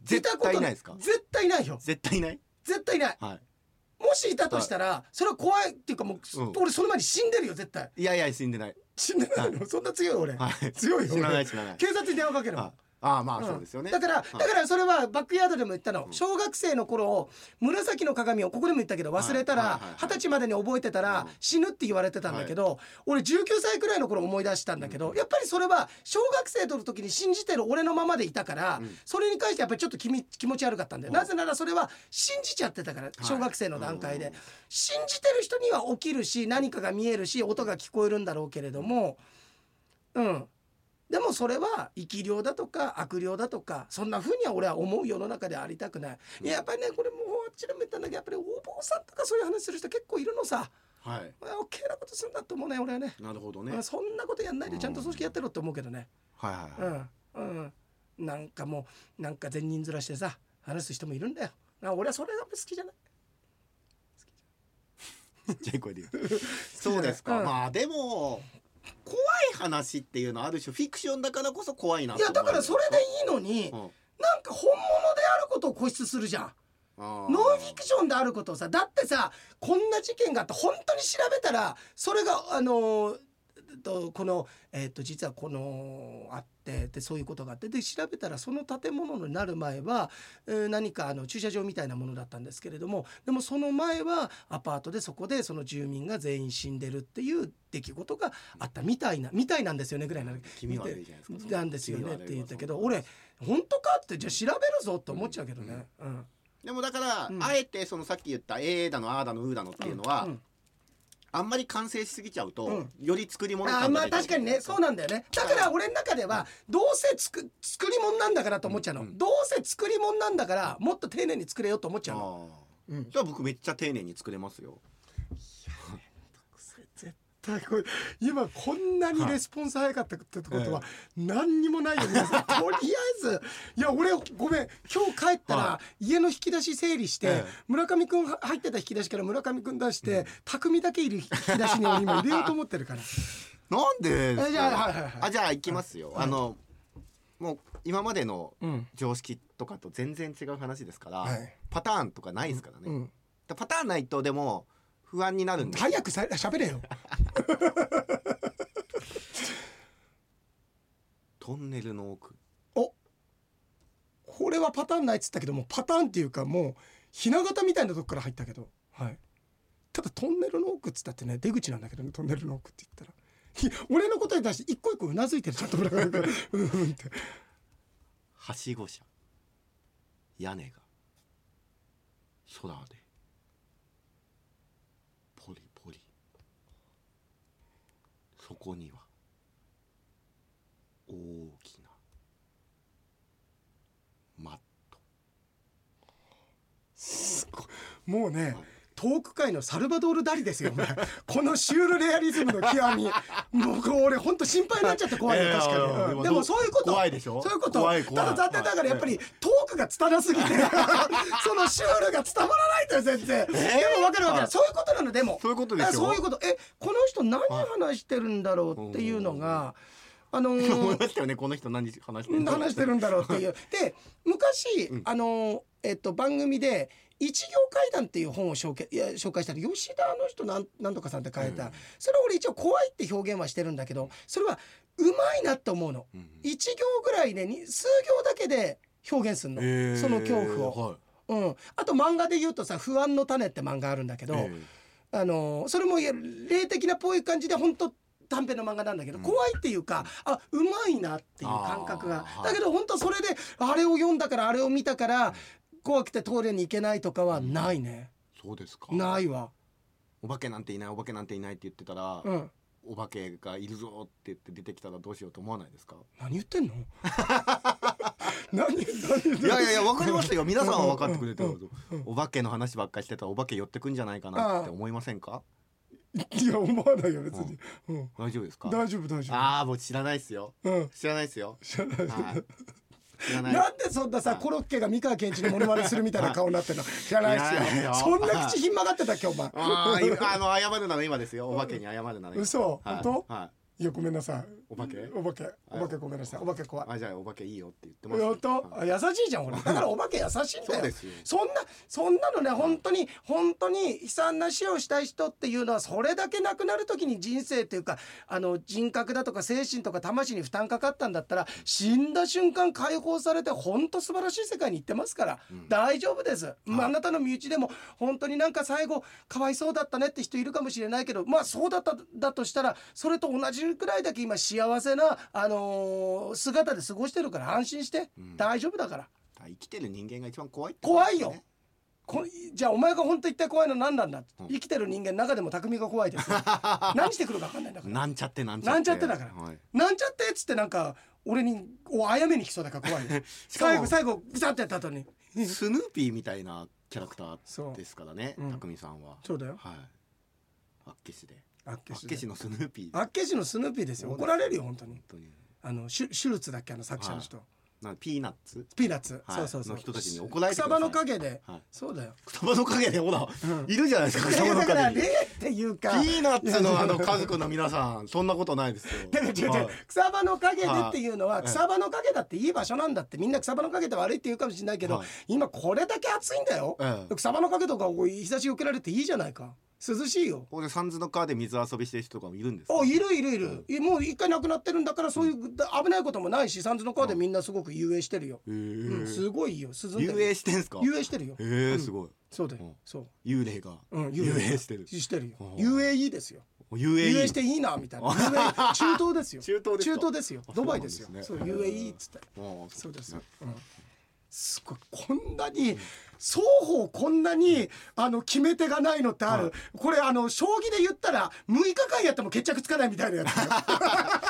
絶対いないですか？ 絶対いないよ。 絶対いない絶対いない、はい、もしいたとしたらそれは怖いっていうかもう、うん、俺その前に死んでるよ絶対。 いやいや死んでない死んでないの、はい、そんな強い俺、はい、強いよ。 知らない知らない。 警察に電話かけるもん、はいああまあそうですよね、 うん、だからだからそれはバックヤードでも言ったの、うん、小学生の頃紫の鏡をここでも言ったけど忘れたら二十歳までに覚えてたら死ぬって言われてたんだけど、はい、俺じゅうきゅうさいくらいの頃思い出したんだけど、うん、やっぱりそれは小学生の時に信じてる俺のままでいたから、うん、それに関してやっぱりちょっと気気持ち悪かったんだよ、うん、なぜならそれは信じちゃってたから小学生の段階で、はい、信じてる人には起きるし何かが見えるし音が聞こえるんだろうけれどもうんでもそれは生き量だとか悪霊だとかそんな風には俺は思う世の中でありたくない、うん、いややっぱりねこれもうあっちでも言ったんだけどやっぱりお坊さんとかそういう話する人結構いるのさ。はい、オッケーなことするんだと思うね俺はね。 なるほどね。 そんなことやんないでちゃんと組織やってろって思うけどね。 はいはいはい、 うんうん、なんかもうなんか善人面してさ話す人もいるんだよ。俺はそれが好きじゃない。 ちっちゃい声で言うそうですか、うん、まあでも怖い話っていうのはある種フィクションだからこそ怖いなと思う。 いやだからそれでいいのに、うん、なんか本物であることを固執するじゃん。ノンフィクションであることをさだってさこんな事件があって本当に調べたらそれがあのとこの、えー、と実はこのあってでそういうことがあってで調べたらその建物になる前は、えー、何かあの駐車場みたいなものだったんですけれどもでもその前はアパートでそこでその住民が全員死んでるっていう出来事があったみたいなみたいなんですよねぐらいな君悪いじゃないですかなんですよねって言ったけど俺本当かってじゃあ調べるぞって思っちゃうけどね、うんうん、 でもだから、うん、あえてそのさっき言った「えー」だの「あー」だの「うー」だのっていうのは、うんうんあんまり完成しすぎちゃうと、うん、より作り物感が出てくる。あ、まあ確かにねそうなんだよね。だから俺の中ではどうせつく作り物なんだからと思っちゃうの、うん、どうせ作り物なんだからもっと丁寧に作れよと思っちゃうの。 うん、じゃあ僕めっちゃ丁寧に作れますよ。 いや絶だこれ今こんなにレスポンス早かったってことは何にもないよ皆さん。とりあえずいや俺ごめん今日帰ったら家の引き出し整理して村上くん入ってた引き出しから村上くん出して匠だけいる引き出しに俺今入れようと思ってるから。 なんでですか。 じゃあはいはいはい。 あじゃあ行きますよ。あのもう今までの常識とかと全然違う話ですから、はい、パターンとかないですからね、うんうん、パターンないとでも不安になるんです。 早くさ喋れよトンネルの奥。 おこれはパターンないっつったけどもパターンっていうかもうひな形みたいなとこから入ったけど、はい、ただトンネルの奥っつったってね出口なんだけどね。トンネルの奥って言ったら俺のことに対して一個一個うなずいてるちょっと村上君うんうんってはしご車屋根が空でポリポリそこには大きなマット。 すごいもうね、はい、トーク界のサルバドール・ダリですよこのシュールレアリズムの極みもう俺ほんと心配になっちゃって怖いよ確かに、うん、でもそういうこと怖いでしょ。 そういうこと怖い怖い。 ただ残念ながらやっぱりトークが拙すぎてそのシュールが伝わらないとよ全然、えー、でも分かる分かる。そういうことなの。でもそういうことでしょ。 そういうこと。えこの人何話してるんだろうっていうのがあのー、思いましたよね。この人何話してるんだろう話してるんだろうっていうで昔、うん、あのー、えっと番組で一行階段っていう本を紹介、いや紹介したら吉田の人なんなんとかさんって書いた、うん、それは俺一応怖いって表現はしてるんだけどそれはうまいなって思うの、うん、一行ぐらいね数行だけで表現するの、えー、その恐怖を、はい、うん、あと漫画で言うとさ不安の種って漫画あるんだけど、えー、あのそれも霊的なっぽい感じで本当短編の漫画なんだけど、うん、怖いっていうかあうまいなっていう感覚がだけど本当それであれを読んだからあれを見たから怖くてトイレに行けないとかはないね、 うん、そうですか。 ないわ。 お化けなんていないお化けなんていないって言ってたら、うん、お化けがいるぞって言って出てきたらどうしようと思わないですか。 何言ってんの何何いやいやいや分かりますよ皆さんは分かってくれてるお化けの話ばっかりしてたらお化け寄ってくんじゃないかなって思いませんか。 いや思わないよ別に、 うんうん、大丈夫ですか。 大丈夫大丈夫。 ああもう知らないですよ、うん、知らないですよ知らないなんでそんなさコロッケが三河健一のモノマネするみたいな顔になってるの知らないですよ。そんな口ひん曲がってたっけお前。ああの謝るなら今ですよ。お化けに謝るなら今。 嘘、はい、本当、 はいいやごめんなさい。 お化けお化けお化けごめんなさい。お化け怖い。 あじゃあお化けいいよって言ってますよ。 やっと、はい、優しいじゃんほら。だからお化け優しいんだよ。 そうですよ。 そんなそんなのね本当に本当に悲惨な死をしたい人っていうのはそれだけ亡くなる時に人生っていうかあの人格だとか精神とか魂に負担かかったんだったら死んだ瞬間解放されて本当素晴らしい世界に行ってますから、うん、大丈夫です。まあ、あなたの身内でも本当になんか最後かわいそうだったねって人いるかもしれないけどまあそうだっただとしたらそれと同じくらいだけ今幸せな、あのー、姿で過ごしてるから安心して、うん、大丈夫だから。 生きてる人間が一番怖いって、 ね、怖いよこじゃあお前が本当一体怖いの何なんだ、うん、生きてる人間の中でも匠が怖いですよ何してくるか分かんないんだからなんちゃってなんちゃってなんちゃってだから、はい、なんちゃってっつってなんか俺におあやめに来そうだから怖い最後最後グサッてやった後にスヌーピーみたいなキャラクターですからね匠、うん、さんは。 そうだよ、 はい、あっけしであっけしあっけしのスヌーピーあっけしのスヌーピーですよ。怒られるよ本当に。本当にあのシュシュルツだっけあの作者の人、はいなピーナッツピーナッツ、 はい、 そうそうそうの人たちに怒られてください。 草場の陰で、はい、そうだよ草場の陰でほら、うん、いるじゃないですか草場の陰に。だから例っていうかピーナッツのあの家族の皆さんそんなことないですよ。 だから違う違う、はい、草場の陰でっていうのは、はい、草場の陰だっていい場所なんだってみんな草場の陰で悪いって言うかもしれないけど、はい、今これだけ暑いんだよ、はい、草場の陰とか日差しよけられていいじゃないか。涼しいよ。 ここでサンズの川で水遊びしてる人とかもいるんですか。 あいるいるいる、うん、もう一回亡くなってるんだからそういう危ないこともないしサンズの川でみんなすごく遊泳してるよ、うん、すごいよ涼んでる。 遊泳してんすか。 遊泳してるよ。 へえ、うん、すごい。 そうだよ、うん、そう幽霊が、 うん、 遊泳してるしてるよ。遊泳いいですよ。 遊泳遊泳していいなみたいな。遊泳中東ですよ。 中東ですか。 中東ですよ。ドバイですよ。そう、遊泳いいっつって。 そうですよ。うんすごいこんなに、うん、双方こんなにあの決め手がないのってある、はい、これあの将棋で言ったらむいかかんやっても決着つかないみたいなやつ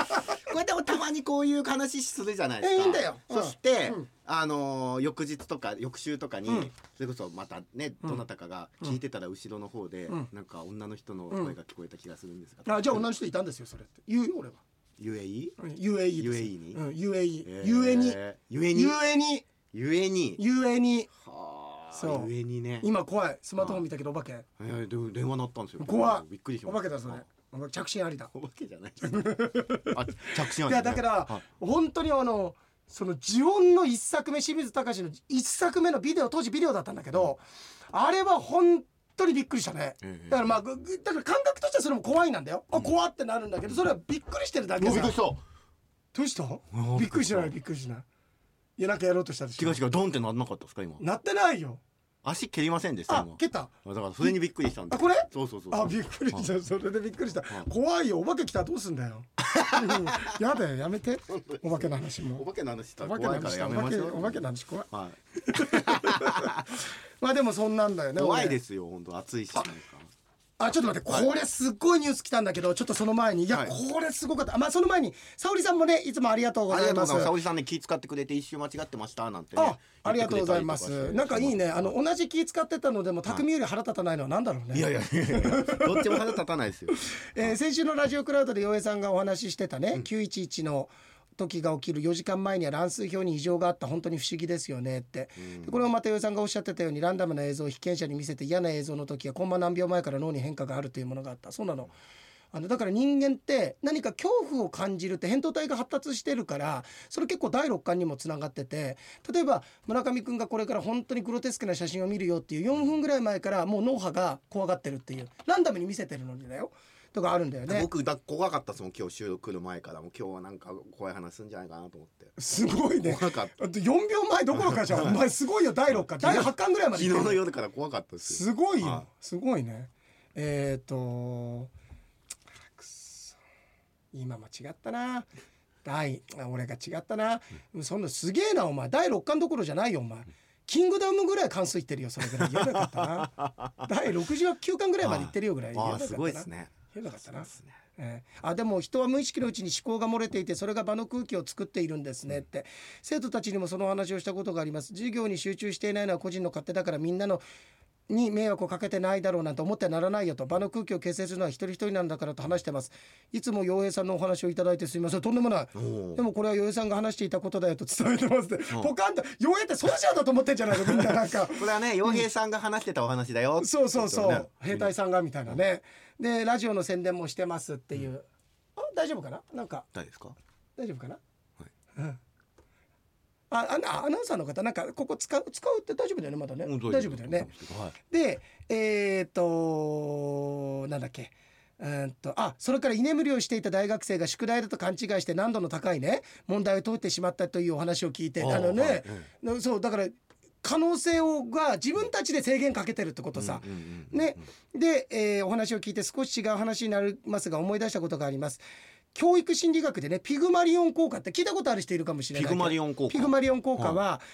これでもたまにこういう話するじゃないですか。 いいんだよ、 そして、 うん、 あのー、翌日とか翌週とかに、うん、それこそまたね、どなたかが聞いてたら後ろの方で、うん、なんか女の人の声が聞こえた気がするんですが、 うん、あじゃあ女の人いたんですよそれって言うよ俺は。 ユーエーイー？ ユーエーイーユーエーイー に、 うん、ユーエーイー ユーエーにユーエーにユーエーにユーエーにユーエーにはあ、 そうユーエーにね。 今怖い、スマートフォン見たけどお化け。 えー、でも電話鳴ったんですよ。 怖い、 びっくりしました。 お化けだそれ。着信ありだ。 お化けじゃないですあ、着信あり、ね、 いやだから、はい、本当にあのそのジオンの一作目、清水隆の一作目のビデオ、当時ビデオだったんだけど、うん、あれは本当にびっくりしたね、ええ、だからまあだから感覚としてはそれも怖いなんだよ、うん、あ怖ってなるんだけど、それはびっくりしてるだけさ。 びっくりした。 どうした？びっくりしない、びっくりしない。いやなんかやろうとしたでしょ。 違う違う、ドンってならなかったですか今。 なってないよ。 足蹴りませんでした今。あ、蹴った。 だからそれにびっくりしたんだ。 あ、これ？ そうそうそう。 あ、びっくりした。それでびっくりした。怖いよ。お化け来たらどうすんだよ。やだよ、やめて。お化けの話も。 お化けの話したら怖いからやめましょう。 お化けの話怖い。 はい。 まあでもそんなんだよね。 怖いですよ本当、暑いし。 あ、ちょっと待って、これすっごいニュース来たんだけど、ちょっとその前に、いや、はい、これすごかった。まあその前に沙織さんもね、いつもありがとうございます。 沙織さんね、気使ってくれて一周間違ってましたなんてね。 あ、ありがとうございます。なんかいいね、あの同じ気使ってたのでも匠より腹立たないのはなんだろうね。 いやいやいやいや、どっちも腹立たないですよ。 えー、先週のラジオクラウドで洋平さんがお話ししてたね、うん、きゅういちいちの時が起きるよじかんまえには乱数表に異常があった、本当に不思議ですよねって、うん、でこれをまた洋平さんがおっしゃってたように、ランダムな映像を被験者に見せて嫌な映像の時はコンマ何秒前から脳に変化があるというものがあった。そうなの。あのだから人間って何か恐怖を感じるって扁桃体が発達してるから、それ結構だいろっかんにもつながってて、例えば村上くんがこれから本当にグロテスクな写真を見るよっていうよんぷんぐらい前からもう脳波が怖がってるっていう、ランダムに見せてるのにだよとかあるんだよね。 僕だ怖かったですもん、今日収録来る前から。もう今日はなんか怖い話すんじゃないかなと思って。 すごいね。 怖かった。 よんびょうまえどころかじゃんお前すごいよ。だいろっかんだいはちかんぐらいまで。 昨日の夜から怖かったですよ。すごいよ、すごいね。えっ、ー、とくそ今間違ったな。第俺が違ったな、うん、そんなすげえなお前。だいろっかんどころじゃないよお前。キングダムぐらい関数いってるよ。それぐらいやばかったな。だいろくじゅうきゅうかんぐらいまでいってるよぐらいやばかったな。 すごいですね。 やばかったな。えー、あでも人は無意識のうちに思考が漏れていて、それが場の空気を作っているんですねって、生徒たちにもその話をしたことがあります。授業に集中していないのは個人の勝手だから、みんなのに迷惑をかけてないだろうなんて思ってならないよと、場の空気を形成するのは一人一人なんだからと話してます。いつも洋平さんのお話をいただいてすみません。とんでもない。でもこれは洋平さんが話していたことだよと伝えてますってポカンと。洋平ってソルジャーだと思ってんじゃないのみんな。なんかこれはね、洋平さんが話してたお話だよ、 うん、そうそうそう、ね、兵隊さんがみたいなね、うん、でラジオの宣伝もしてますっていう、うん、あ大丈夫かな。なんか大丈夫ですか。 大丈夫かな、はい、うんああアナウンサーの方なんかここ使う使うって大丈夫だよねまだね、うん、大丈夫だよね、はい、でえー、っとなんだっけうんとあそれから居眠りをしていた大学生が宿題だと勘違いして難度の高いね問題を解いてしまったというお話を聞いて、あのね、はいうん、そうだから可能性をが自分たちで制限かけてるってことさ、ね、で、えー、お話を聞いて少し違う話になりますが思い出したことがあります。教育心理学でねピグマリオン効果って聞いたことある人いるかもしれないけど、 ピグマリオン効果、 ピグマリオン効果は、はい、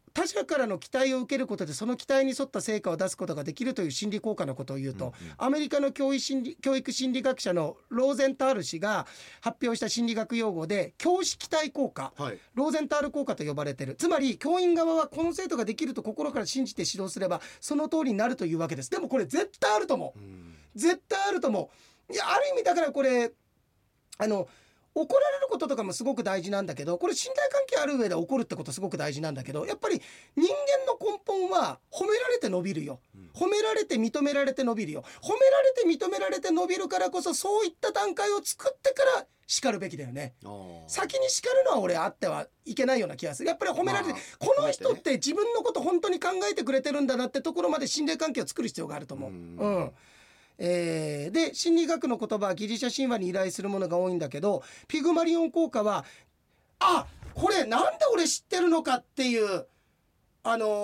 他者からの期待を受けることでその期待に沿った成果を出すことができるという心理効果のことを言うと、うんうん、アメリカの教育心理、教育心理学者のローゼンタール氏が発表した心理学用語で教師期待効果、はい、ローゼンタール効果と呼ばれている。つまり教員側はこの生徒ができると心から信じて指導すればその通りになるというわけです。でもこれ絶対あると思う、うん、絶対あると思う。いやある意味だからこれあの怒られることとかもすごく大事なんだけど、これ信頼関係ある上で怒るってことすごく大事なんだけど、やっぱり人間の根本は褒められて伸びるよ、うん、褒められて認められて伸びるよ。褒められて認められて伸びるからこそそういった段階を作ってから叱るべきだよね。先に叱るのは俺あってはいけないような気がする。やっぱり褒められて、まあ、この人って自分のこと本当に考えてくれてるんだなってところまで信頼関係を作る必要があると思う。うん、うんえー、で心理学の言葉はギリシャ神話に依頼するものが多いんだけど、ピグマリオン効果はあこれなんで俺知ってるのかっていうあの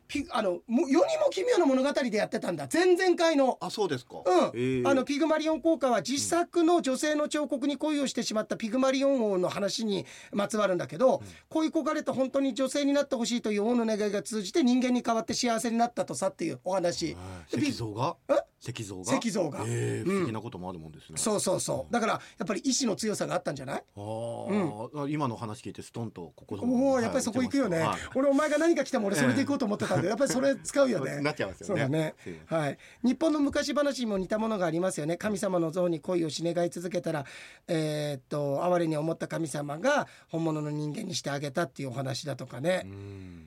ピあのも世にも奇妙な物語でやってたんだ、前々回の。 あ、そうですか。 うん、 えー、 あのピグマリオン効果は自作の女性の彫刻に恋をしてしまったピグマリオン王の話にまつわるんだけど、うん、恋焦がれて本当に女性になってほしいという王の願いが通じて人間に代わって幸せになったとさっていうお話。 石像が石像が石像が、 えー、不思議なこともあるもんですね、 うん、そうそうそう、だからやっぱり意志の強さがあったんじゃない。 あ、うん、今の話聞いてストンとここおお、やっぱりそこ行くよね、はい、俺お前が何か来ても俺それで行こうと思ってたんで、やっぱりそれ使うよねなっちゃいますよね。 そうだね、はい、日本の昔話にも似たものがありますよね。神様の像に恋をし願い続けたら、えー、っと哀れに思った神様が本物の人間にしてあげたっていうお話だとかね。うん、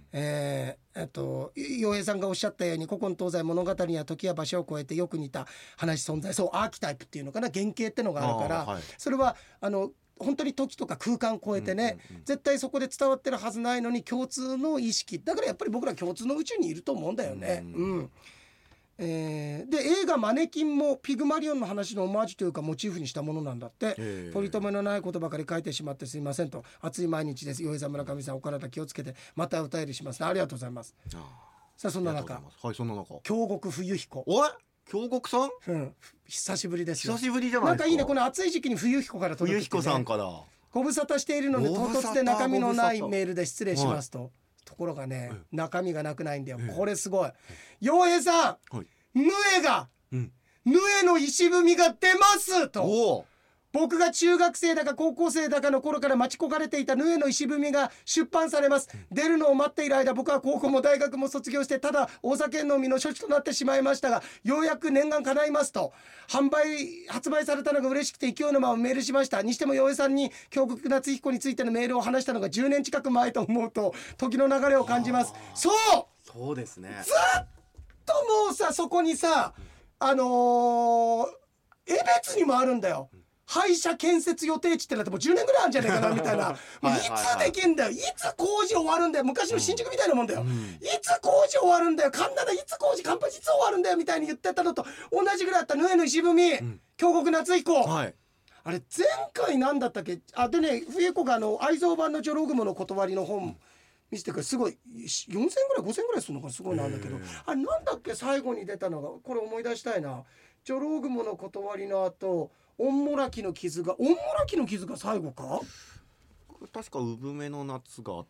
えーえっと洋平さんがおっしゃったように古今東西物語や時や場所を超えてよく似た話存在、そうアーキタイプっていうのかな、原型ってのがあるから、はい、それはあの本当に時とか空間を超えてね、うんうんうん、絶対そこで伝わってるはずないのに共通の意識だから、やっぱり僕ら共通の宇宙にいると思うんだよね。うん、うん、えー、で映画マネキンもピグマリオンの話のオマージュというかモチーフにしたものなんだって。取り留めのないことばかり書いてしまってすいませんと、暑い毎日です、洋平さん村上さんお体気をつけてまた歌えりします、ね、ありがとうございます。あ、さあそんな中、 はい、そんな中京極冬彦、 おい京極さん、 うん、久しぶりですよ。 久しぶりじゃないですか。 なんかいいね、この暑い時期に冬彦から届いて、ね、 冬彦さんからご無沙汰しているので唐突で中身のないメールで失礼しますと、はい、ところがね、うん、中身がなくないんだよ、うん、これすごい。洋平さん、はい、ヌエが、うん、ヌエの石踏みが出ますと、僕が中学生だか高校生だかの頃から待ち焦がれていたヌエの石踏みが出版されます。出るのを待っている間、僕は高校も大学も卒業してただ大酒飲みの処置となってしまいましたが、ようやく念願叶いますと、販売発売されたのが嬉しくて勢いのままメールしました。にしても洋平さんに京極夏彦についてのメールを話したのがじゅうねん近く前と思うと時の流れを感じます。そうそうですね、 ずっともうさ、そこにさ、あのー、江別にもあるんだよ、廃車建設予定地ってなってもうじゅうねんぐらいあるんじゃないかなみたいな。いつできんだよ、いつ工事終わるんだよ、昔の新宿みたいなもんだよ、うん、いつ工事終わるんだよ、神田でいつ工事カンパチいつ終わるんだよみたいに言ってたのと同じぐらいあったヌエの石踏み、うん、京極夏彦、はい、あれ前回なんだったっけ。あでね、冬子があの愛蔵版のジョログモの断りの本見せてくれ、すごいよんせんえんぐらいごせんえんぐらいするのかすごいなんだけど、あれなんだっけ最後に出たのが、これ思い出したいな。ジョログモの断りの後、オンモラキの傷が、オンモラキの傷が最後か。 確か産めの夏があって、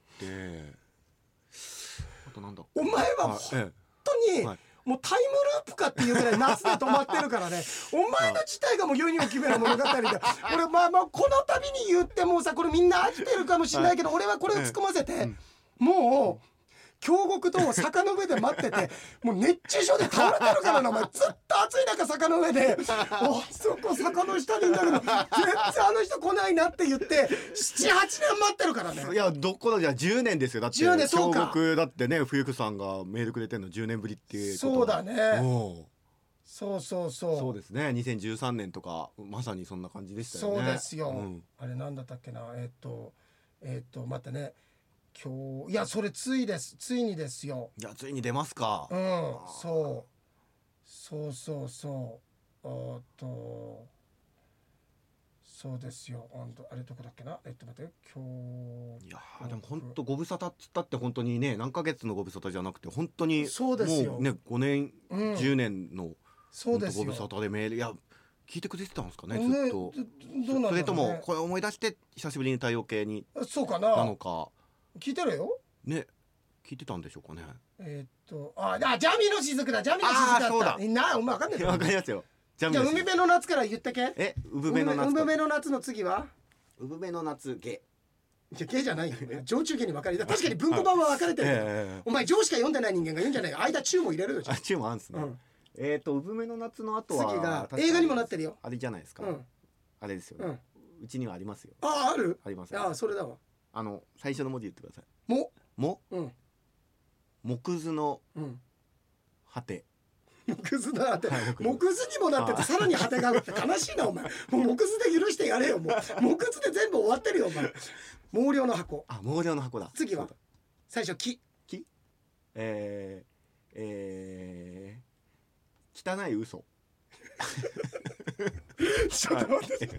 あとなんだっけ。 お前は本当に、はい、もうタイムループかっていうぐらい夏で止まってるからねお前の自体がもう世にも奇妙な物語で俺まあまあこの度に言ってもさ、これみんな飽きてるかもしれないけど、はい、俺はこれを突っ込ませて、うん、もう京極と坂の上で待っててもう熱中症で倒れてるからなお前、ずっと暑い中坂の上であそこ坂の下にいんだけど全然あの人来ないなって言ってななはちねん待ってるからね。 いやどこのじゃじゅうねんですよ。だってじゅうねん、そうか、 京極だってね、冬子さんがメールくれてんのじゅうねんぶりっていうこと。 そうだね、そうそうそうそうですね、にせんじゅうさんねんとかまさにそんな感じでしたよね。 そうですよ、うん、あれなんだったっけな、えっとえっと待ってね、今日いやそれついですついにですよ。 いやついに出ますか。 うんそうそうそうそうあとそうですよ。あれどこだっけな、えっと待って今日。いやでも本当ご無沙汰っつったって本当にね、何ヶ月のご無沙汰じゃなくて本当にそうですよもうねごねん、うん、じゅうねんのそうですよご無沙汰でメール、いや聞いてくれてたんですかね、 ね、 ずっと。 どうなんだろうね、 それともこれ思い出して久しぶりに太陽系にそうかななのか。 聞いてるよね、聞いてたんでしょうかね。 えー、っとああジャミの雫だ、ジャミの雫だった。 そうだなお前分かんないわかりますよ。 じゃあ海辺の夏から言ってけ。 え産めの夏、 海辺の夏の次は産めの夏ゲ。 いやゲじゃないよ上中下に分かれて、確かに文庫版は分かれてるけど、えー、お前上しか読んでない人間が言うんじゃないよ、間中も入れるよ。 あ中もあるんですね、うん、えっ、ー、と産めの夏の後は次が映画にもなってるよ。 あれじゃないですか、うん、あれですよね、うん、うちにはありますよ。 ああるあります、ね、 ああそれだわ。 あの最初の文字言ってください。 もも、 うん、 木図の果て、 うん、木図の果て、はい、木図にもなっててさらに果てがあるって悲しいなお前。もう木図で許してやれよ、もう木図で全部終わってるよお前。毛量の箱。 あ毛量の箱だ。 次は最初木木えー、えー、汚い嘘ちょっと待って、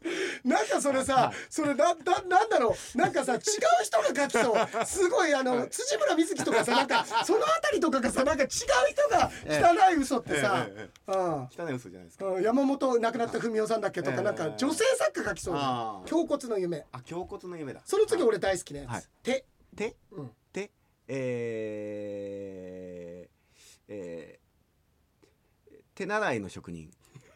なんかそれさ、それな、な、なんだろう、なんかさ違う人が書きそう。すごいあの辻村瑞希とかさ、なんかそのあたりとかがさ、なんか違う人が汚い嘘ってさ、 うん、汚い嘘じゃないですか。 うん、山本亡くなった文雄さんだっけとか、なんか女性作家書きそうじゃん。胸骨の夢。 あ、胸骨の夢だ。 その次俺大好きなやつ。はい、手。 手。うん、手。えー、えー、手習いの職人。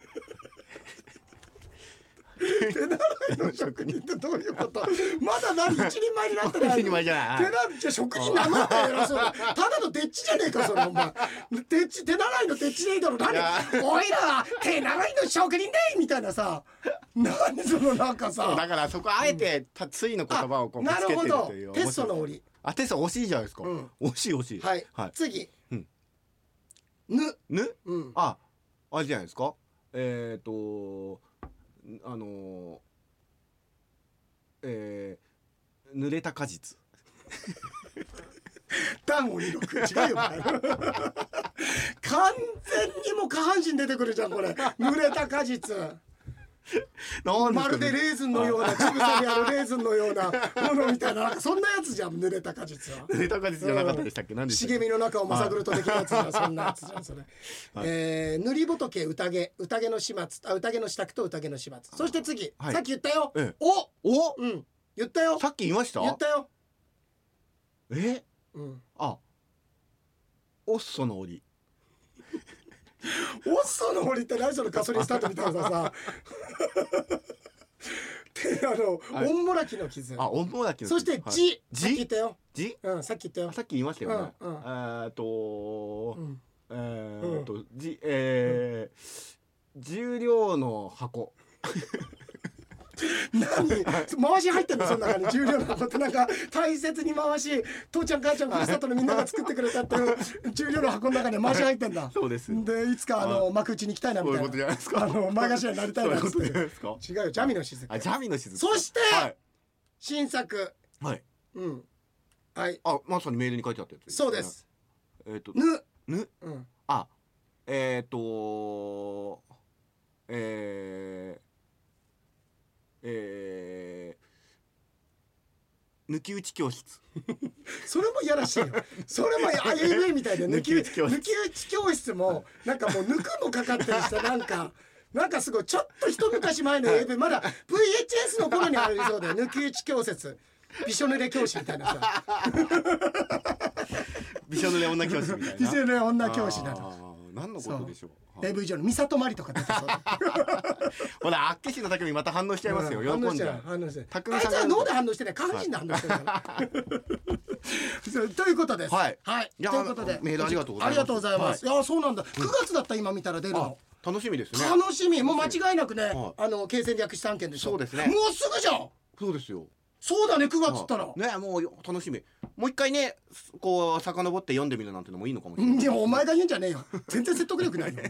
手習いの職人ってどういうこと？まだ何一人前になってない。 一人前じゃない。 手習いじゃ職人名前だよ偉そうだ。ただのでっちじゃねえかそれお前。でっち手習いのでっちでいいだろ。何？おいらは手習いの職人でみたいなさ。何そのなんかさ。 だからそこあえてついの言葉をこうつけてるという。 テストの折。 あ、テスト惜しいじゃないですか。惜しい惜しい。 はい。次。ぬ。 ぬ？あ、あれじゃないですか。えっと。あのー、えー、濡れた果実。 段をにろく違うよ。完全にも下半身出てくるじゃんこれ。濡れた果実。まるでレーズンのような、ちぐさにあるレーズンのようなものみたいな、なんかそんなやつじゃん。濡れた果実は。 濡れた果実じゃなかったでしたっけ？何でしたっけ？ 茂みの中をまさぐるとできるやつじゃん。そんなやつじゃんそれ。えー、塗り仏宴、宴の始末、あ、宴の支度と宴の始末。そして次、さっき言ったよ。お、 お、 うん、言ったよ。 さっき言いました？ 言ったよ。 え、うん、あ、おっその折。 オッソの森って何そのガソリンスタンドみたいなさで、あの、はい、オンモラキの傷。 あ、オンモラキの傷。 そしてじ、 はい、 さっき言ったよ。 じ、 うん、さっき言ったよ。 さっき言いましたよね。うんうん、えーっと、うん、えーっと、うん、じ、えー、重量の箱。 何回し入ってんのその中に。重量の箱ってなんか大切に回し、父ちゃん母ちゃんふるさとのみんなが作ってくれたっていう重量の箱の中に回し入ってんだ。 そうです。 でいつかあの幕内に行きたいなみたいな。 そういうことじゃないですか。 あの前頭になりたいなって。 そういうことじゃないですか。 違うよ、ジャミの雫。 あ、ジャミの雫。 そして、はい、新作。 はい。 うん。はい。 あ、まさにメールに書いてあったやつですね。 そうです。 えっとぬぬ。うん。あ、えっとえー。えー、抜き打ち教室。 それもいやらしいよ。それも エーブイ みたいで抜き打ち教室。抜き打ち教室もなんかもう抜くもかかってるしさ、なんかなんかすごいちょっと一昔前の エーブイ まだ ブイエイチエス の頃にありそうだよ。抜き打ち教室、びしょ濡れ教師みたいなさ。 びしょ濡れ女教師みたいな。 びしょ濡れ女教師なの。 何のことでしょう。 エーブイ 上の美里まりとか出てそう。 ほら、あっけしの匠また反応しちゃいますよ。喜んじゃう。 反応してる。あいつは脳で反応してない、下半身で反応してるから。ということです。はい。ということでメールありがとうございます。 ありがとうございます。いや、そうなんだ。くがつだった。今見たら出るの。 楽しみですね。 楽しみ。もう間違いなくね、あの経線略した案件でしょ。 そうですね。 もうすぐじゃん。 そうですよ。 そうだね、くがつったらね、もう楽しみ。もう一回ね、こう遡って読んでみるなんてのもいいのかもしれない。 でもお前が言うんじゃねえよ。全然説得力ないよ。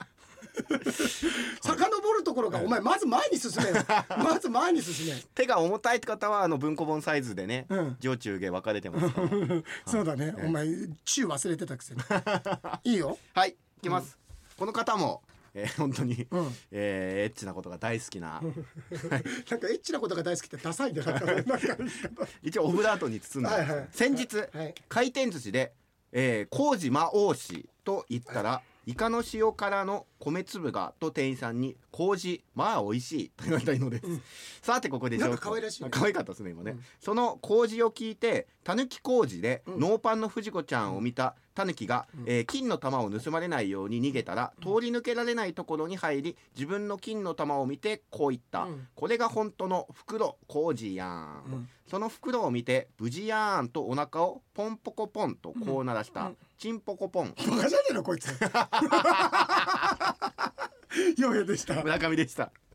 遡るところがお前まず前に進めよ。まず前に進め。 手が重たい方はあの文庫本サイズでね、上中下分かれてますから。 そうだね。お前中忘れてたくせに。いいよ。 はい、いきます。この方も。えー、本当に、うん、えー、エッチなことが大好きななんかエッチなことが大好きってダサいんだよ。 一応オブラートに包んで、はいはい、先日、はい、回転寿司で、えー、麹魔王子と言ったら、はい、イカの塩辛の米粒がと店員さんに麹まあ美味しいと言われたのです、うん、さてここでなんか可愛らしい、ね、 可愛かったですね今ね、うん、その麹を聞いてたぬき麹で、うん、ノーパンの藤子ちゃんを見たタヌキが、うんえー、金の玉を盗まれないように逃げたら、うん、通り抜けられないところに入り自分の金の玉を見てこう言った、うん、これが本当の袋麹やん、うん、その袋を見て無事やーんとお腹をポンポコポンとこう鳴らした、うん、チンポコポン。 バカじゃねえのこいつ。ようやでした。 村上でした。